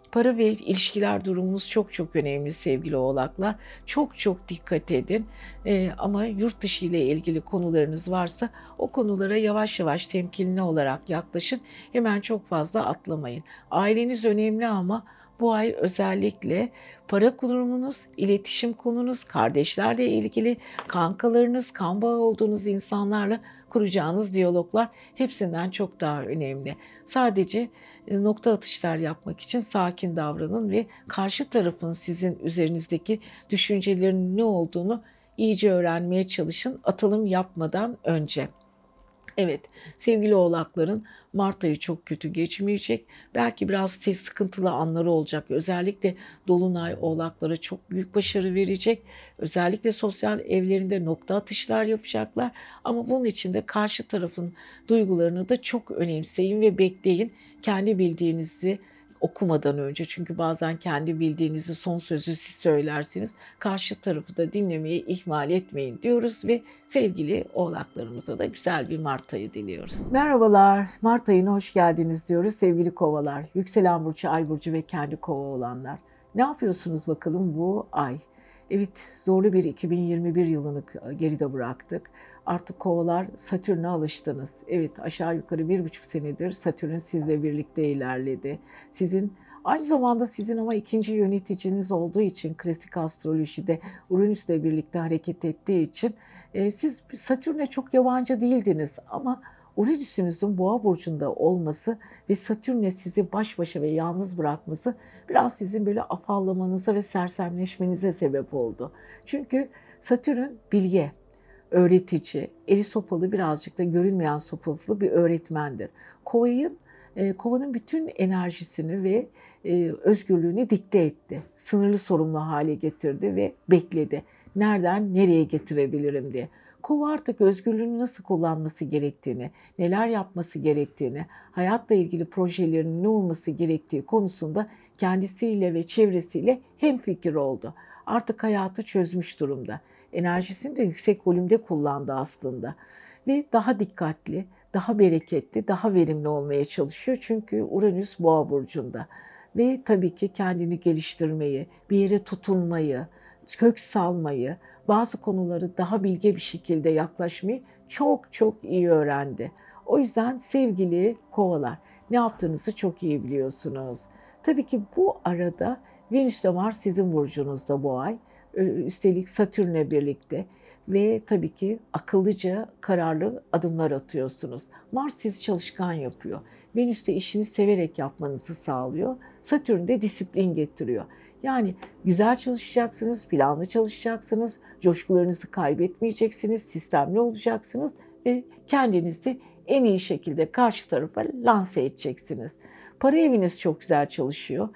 Para ve ilişkiler durumunuz çok çok önemli sevgili Oğlaklar. Çok çok dikkat edin. Eee, ama yurt dışı ile ilgili konularınız varsa o konulara yavaş yavaş temkinli olarak yaklaşın. Hemen çok fazla atlamayın. Aileniz önemli ama bu ay özellikle para durumunuz, iletişim konunuz, kardeşlerle ilgili kankalarınız, kan bağı olduğunuz insanlarla kuracağınız diyaloglar hepsinden çok daha önemli. Sadece e, nokta atışlar yapmak için sakin davranın ve karşı tarafın sizin üzerinizdeki düşüncelerinin ne olduğunu iyice öğrenmeye çalışın atılım yapmadan önce. Evet, sevgili Oğlakların mart ayı çok kötü geçmeyecek. Belki biraz te sıkıntılı anları olacak. Özellikle dolunay Oğlaklara çok büyük başarı verecek. Özellikle sosyal evlerinde nokta atışlar yapacaklar. Ama bunun için de karşı tarafın duygularını da çok önemseyin ve bekleyin. Kendi bildiğinizi okumadan önce, çünkü bazen kendi bildiğinizi son sözü siz söylersiniz. Karşı tarafı da dinlemeyi ihmal etmeyin diyoruz ve sevgili Oğlaklarımıza da güzel bir mart ayı diliyoruz. Merhabalar, mart ayına hoş geldiniz diyoruz sevgili Kovalar. Yükselen burcu, ay burcu ve kendi Kova olanlar. Ne yapıyorsunuz bakalım bu ay? Evet, zorlu bir iki bin yirmi bir yılını geride bıraktık. Artık Kovalar, Satürn'e alıştınız. Evet, aşağı yukarı bir buçuk senedir Satürn sizle birlikte ilerledi. Sizin aynı zamanda sizin ama ikinci yöneticiniz olduğu için, klasik astrolojide Uranüs'le birlikte hareket ettiği için e, siz Satürn'e çok yabancı değildiniz ama Uranüs'ünüzün Boğa burcunda olması ve Satürn'le sizi baş başa ve yalnız bırakması biraz sizin böyle afallamanıza ve sersemleşmenize sebep oldu. Çünkü Satürn bilge, öğretici, eli sopalı, birazcık da görünmeyen sopalı bir öğretmendir. Kova'nın e, Kova'nın bütün enerjisini ve e, özgürlüğünü dikte etti. Sınırlı sorumlu hale getirdi ve bekledi. Nereden nereye getirebilirim diye. Kova artık özgürlüğünü nasıl kullanması gerektiğini, neler yapması gerektiğini, hayatla ilgili projelerinin ne olması gerektiği konusunda kendisiyle ve çevresiyle hemfikir oldu. Artık hayatı çözmüş durumda. Enerjisini de yüksek volümde kullandı aslında. Ve daha dikkatli, daha bereketli, daha verimli olmaya çalışıyor. Çünkü Uranüs Boğa burcunda. Ve tabii ki kendini geliştirmeyi, bir yere tutunmayı, kök salmayı, bazı konuları daha bilge bir şekilde yaklaşmayı çok çok iyi öğrendi. O yüzden sevgili Kovalar, ne yaptığınızı çok iyi biliyorsunuz. Tabii ki bu arada Venüs ile Mars sizin burcunuzda bu ay. Üstelik Satürn'le birlikte ve tabii ki akıllıca, kararlı adımlar atıyorsunuz. Mars sizi çalışkan yapıyor. Venüs de işini severek yapmanızı sağlıyor. Satürn de disiplin getiriyor. Yani güzel çalışacaksınız, planlı çalışacaksınız, coşkularınızı kaybetmeyeceksiniz, sistemli olacaksınız ve kendinizi en iyi şekilde karşı tarafa lanse edeceksiniz. Para eviniz çok güzel çalışıyor.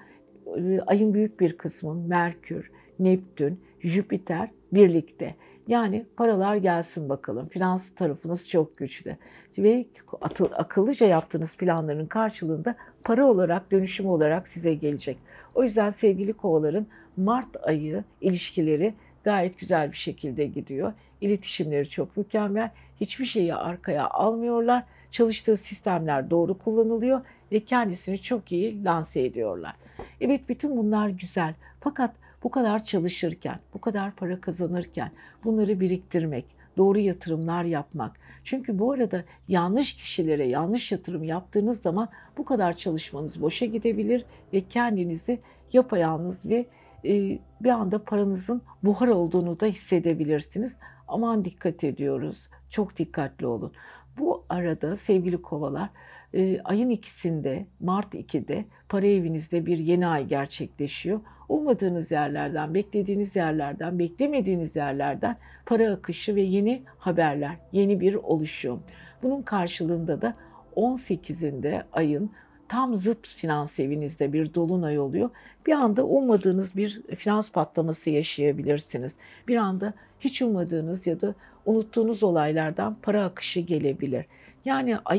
Ayın büyük bir kısmı Merkür, Neptün, Jüpiter birlikte. Yani paralar gelsin bakalım. Finans tarafınız çok güçlü. Ve akıllıca yaptığınız planların karşılığında para olarak, dönüşüm olarak size gelecek. O yüzden sevgili Kovaların Mart ayı ilişkileri gayet güzel bir şekilde gidiyor. İletişimleri çok mükemmel. Hiçbir şeyi arkaya almıyorlar. Çalıştığı sistemler doğru kullanılıyor ve kendisini çok iyi lanse ediyorlar. Evet, bütün bunlar güzel. Fakat bu kadar çalışırken, bu kadar para kazanırken bunları biriktirmek, doğru yatırımlar yapmak. Çünkü bu arada yanlış kişilere yanlış yatırım yaptığınız zaman bu kadar çalışmanız boşa gidebilir ve kendinizi yapayalnız ve e, bir anda paranızın buhar olduğunu da hissedebilirsiniz. Aman dikkat ediyoruz, çok dikkatli olun. Bu arada sevgili Kovalar, e, ayın ikisinde, Mart ikide para evinizde bir yeni ay gerçekleşiyor. Ummadığınız yerlerden, beklediğiniz yerlerden, beklemediğiniz yerlerden para akışı ve yeni haberler, yeni bir oluşum. Bunun karşılığında da on sekizinde ayın tam zıt finans evinizde bir dolunay oluyor. Bir anda ummadığınız bir finans patlaması yaşayabilirsiniz. Bir anda hiç ummadığınız ya da unuttuğunuz olaylardan para akışı gelebilir. Yani ayın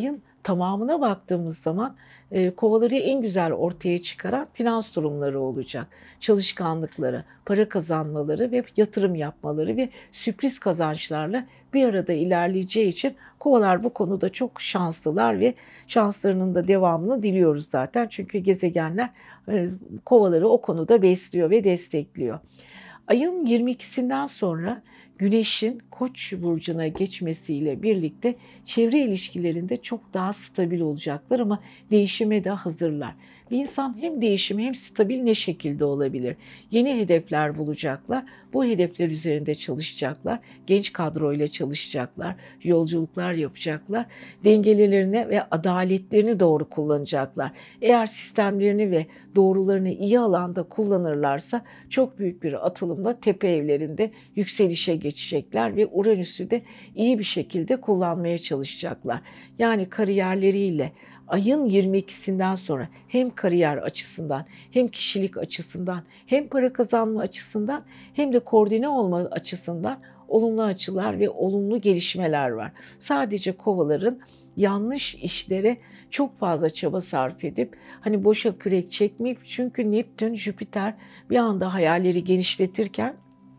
tamamına baktığımız zaman e, kovaları en güzel ortaya çıkaran finans durumları olacak. Çalışkanlıkları, para kazanmaları ve yatırım yapmaları ve sürpriz kazançlarla bir arada ilerleyeceği için kovalar bu konuda çok şanslılar ve şanslarının da devamını diliyoruz zaten. Çünkü gezegenler e, kovaları o konuda besliyor ve destekliyor. Ayın yirmi ikisinden sonra Güneş'in Koç burcuna geçmesiyle birlikte çevre ilişkilerinde çok daha stabil olacaklar ama değişime de hazırlar. Bir insan hem değişim hem stabil ne şekilde olabilir? Yeni hedefler bulacaklar. Bu hedefler üzerinde çalışacaklar. Genç kadroyla çalışacaklar. Yolculuklar yapacaklar. Dengelerini ve adaletlerini doğru kullanacaklar. Eğer sistemlerini ve doğrularını iyi alanda kullanırlarsa çok büyük bir atılımla tepe evlerinde yükselişe geçecekler ve Uranüs'ü de iyi bir şekilde kullanmaya çalışacaklar. Yani kariyerleriyle ayın yirmi ikisinden sonra hem kariyer açısından hem kişilik açısından hem para kazanma açısından hem de koordine olma açısından olumlu açılar ve olumlu gelişmeler var. Sadece kovaların yanlış işlere çok fazla çaba sarf edip hani boşa kürek çekmeyip, çünkü Neptün, Jüpiter bir anda hayalleri genişletirken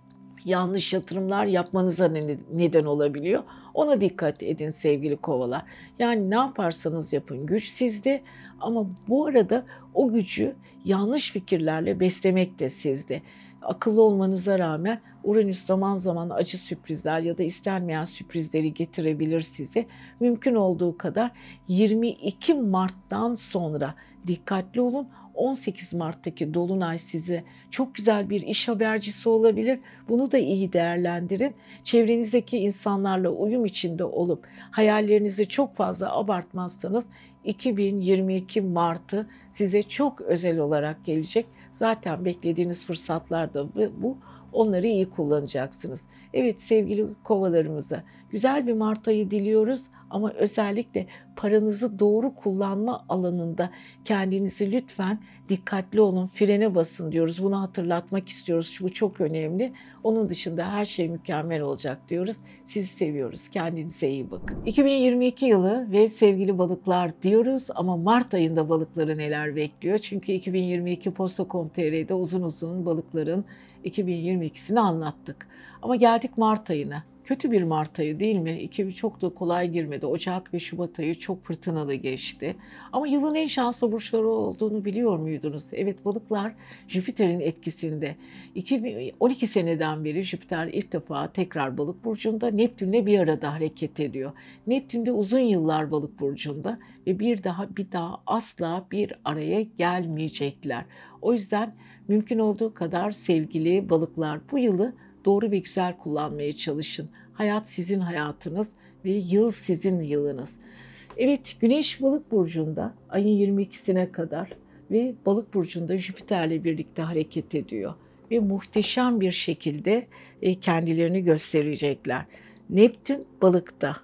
yanlış yatırımlar yapmanıza neden olabiliyor. Ona dikkat edin sevgili kovalar. Yani ne yaparsanız yapın güç sizde, ama bu arada o gücü yanlış fikirlerle beslemek de sizde. Akıllı olmanıza rağmen Uranüs zaman zaman acı sürprizler ya da istenmeyen sürprizleri getirebilir size. Mümkün olduğu kadar yirmi iki Mart'tan sonra dikkatli olun. on sekiz Mart'taki dolunay size çok güzel bir iş habercisi olabilir. Bunu da iyi değerlendirin. Çevrenizdeki insanlarla uyum içinde olup hayallerinizi çok fazla abartmazsanız iki bin yirmi iki Mart'ı size çok özel olarak gelecek. Zaten beklediğiniz fırsatlar da bu. Onları iyi kullanacaksınız. Evet sevgili kovalarımıza güzel bir Mart ayı diliyoruz, ama özellikle paranızı doğru kullanma alanında kendinizi lütfen dikkatli olun, frene basın diyoruz. Bunu hatırlatmak istiyoruz. Bu çok önemli. Onun dışında her şey mükemmel olacak diyoruz. Sizi seviyoruz. Kendinize iyi bakın. iki bin yirmi iki yılı ve sevgili balıklar diyoruz, ama Mart ayında balıkları neler bekliyor? Çünkü iki bin yirmi iki posta nokta com nokta t r'de uzun uzun balıkların iki bin yirmi ikisini anlattık. Ama geldik Mart ayına. Kötü bir Mart ayı değil mi? iki bin çok da kolay girmedi. Ocak ve Şubat ayı çok fırtınalı geçti. Ama yılın en şanslı burçları olduğunu biliyor muydunuz? Evet, balıklar Jüpiter'in etkisinde. iki bin on iki seneden beri Jüpiter ilk defa tekrar balık burcunda, Neptün'le bir arada hareket ediyor. Neptün de uzun yıllar balık burcunda ve bir daha bir daha asla bir araya gelmeyecekler. O yüzden mümkün olduğu kadar sevgili balıklar bu yılı doğru ve güzel kullanmaya çalışın. Hayat sizin hayatınız ve yıl sizin yılınız. Evet, Güneş Balık burcunda ayın yirmi ikisine kadar ve Balık burcunda Jüpiter'le birlikte hareket ediyor ve muhteşem bir şekilde e, kendilerini gösterecekler. Neptün Balık'ta,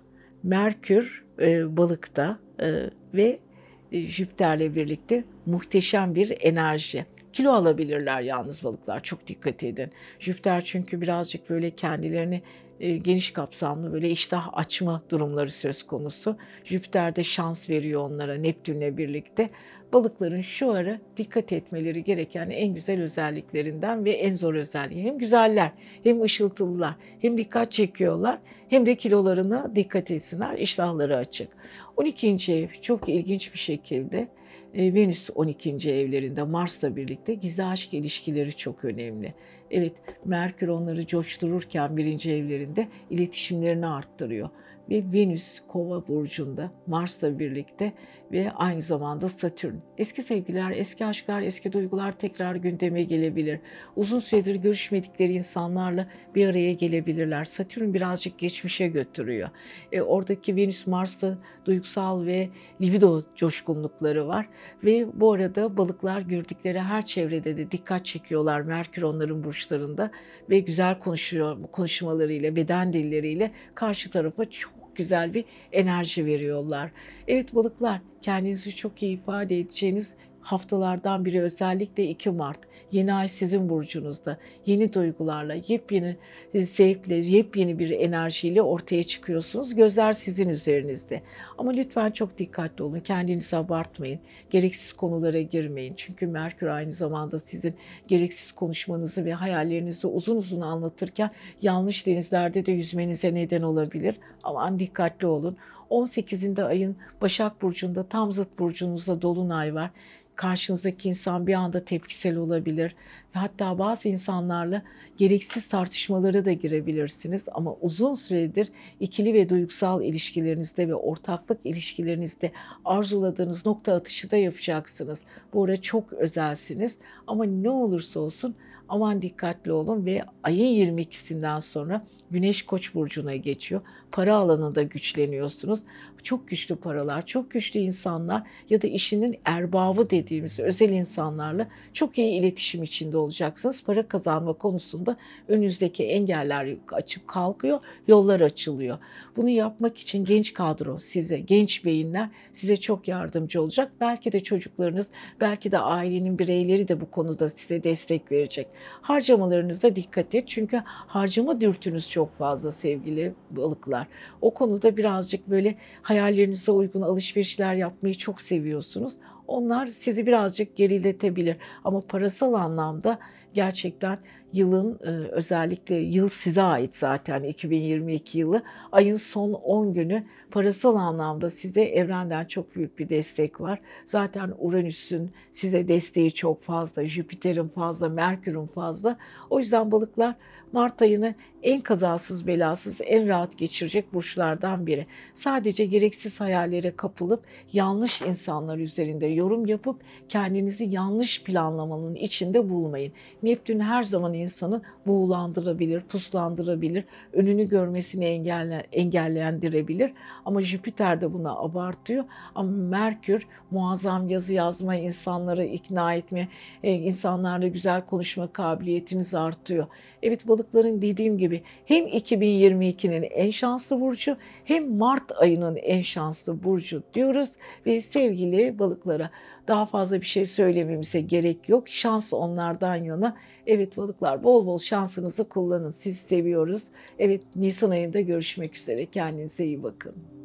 Merkür e, Balık'ta e, ve e, Jüpiter'le birlikte muhteşem bir enerji. Kilo alabilirler yalnız balıklar, çok dikkat edin. Jüpiter çünkü birazcık böyle kendilerini e, geniş kapsamlı böyle iştah açma durumları söz konusu. Jüpiter de şans veriyor onlara Neptün'le birlikte. Balıkların şu ara dikkat etmeleri gereken en güzel özelliklerinden ve en zor özelliği. Hem güzeller, hem ışıltılılar, hem dikkat çekiyorlar, hem de kilolarına dikkat etsinler, iştahları açık. on ikinci ev çok ilginç bir şekilde Venüs on ikinci evlerinde Mars'la birlikte gizli aşk ilişkileri çok önemli. Evet, Merkür onları coştururken birinci evlerinde iletişimlerini arttırıyor. Ve Venüs Kova burcunda Mars'la birlikte ve aynı zamanda Satürn. Eski sevgiler, eski aşklar, eski duygular tekrar gündeme gelebilir. Uzun süredir görüşmedikleri insanlarla bir araya gelebilirler. Satürn birazcık geçmişe götürüyor. E, oradaki Venüs Mars'ta duygusal ve libido coşkunlukları var. Ve bu arada balıklar gördükleri her çevrede de dikkat çekiyorlar. Merkür onların burçlarında ve güzel konuşuyor, konuşmalarıyla, beden dilleriyle karşı tarafa çok güzel bir enerji veriyorlar. Evet balıklar, kendinizi çok iyi ifade edeceğiniz haftalardan biri, özellikle iki Mart. Yeni ay sizin burcunuzda. Yeni duygularla, yepyeni zevkle, yepyeni bir enerjiyle ortaya çıkıyorsunuz. Gözler sizin üzerinizde. Ama lütfen çok dikkatli olun. Kendinizi abartmayın. Gereksiz konulara girmeyin. Çünkü Merkür aynı zamanda sizin gereksiz konuşmanızı ve hayallerinizi uzun uzun anlatırken yanlış denizlerde de yüzmenize neden olabilir. Aman dikkatli olun. on sekizinde ayın Başak Burcu'nda, tam zıt burcunuzda dolunay var. Karşınızdaki insan bir anda tepkisel olabilir. Hatta bazı insanlarla gereksiz tartışmalara da girebilirsiniz. Ama uzun süredir ikili ve duygusal ilişkilerinizde ve ortaklık ilişkilerinizde arzuladığınız nokta atışı da yapacaksınız. Bu ara çok özelsiniz ama ne olursa olsun aman dikkatli olun ve ayın yirmi ikisinden sonra Güneş Koç burcuna geçiyor. Para alanında güçleniyorsunuz. Çok güçlü paralar, çok güçlü insanlar ya da işinin erbabı dediğimiz özel insanlarla çok iyi iletişim içinde olacaksınız. Para kazanma konusunda önünüzdeki engeller açıp kalkıyor, yollar açılıyor. Bunu yapmak için genç kadro size, genç beyinler size çok yardımcı olacak. Belki de çocuklarınız, belki de ailenin bireyleri de bu konuda size destek verecek. Harcamalarınıza dikkat et, çünkü harcama dürtünüz çok fazla sevgili balıklar. O konuda birazcık böyle hayallerinize uygun alışverişler yapmayı çok seviyorsunuz. Onlar sizi birazcık geriletebilir ama parasal anlamda gerçekten yılın, özellikle yıl size ait zaten, iki bin yirmi iki yılı, ayın son on günü parasal anlamda size evrenden çok büyük bir destek var. Zaten Uranüs'ün size desteği çok fazla, Jüpiter'in fazla, Merkür'ün fazla. O yüzden balıklar Mart ayını en kazasız belasız, en rahat geçirecek burçlardan biri. Sadece gereksiz hayallere kapılıp yanlış insanlar üzerinde yorum yapıp kendinizi yanlış planlamanın içinde bulmayın. Neptün her zaman insanı buğulandırabilir, puslandırabilir, önünü görmesini engelle, engellendirebilir. Ama Jüpiter de buna abartıyor. Ama Merkür muazzam yazı yazma, insanları ikna etme, insanlarla güzel konuşma kabiliyetiniz artıyor. Evet, balıkların dediğim gibi hem iki bin yirmi ikinin en şanslı burcu hem Mart ayının en şanslı burcu diyoruz ve sevgili balıklara daha fazla bir şey söylememize gerek yok. Şans onlardan yana. Evet balıklar, bol bol şansınızı kullanın. Sizi seviyoruz. Evet, Nisan ayında görüşmek üzere. Kendinize iyi bakın.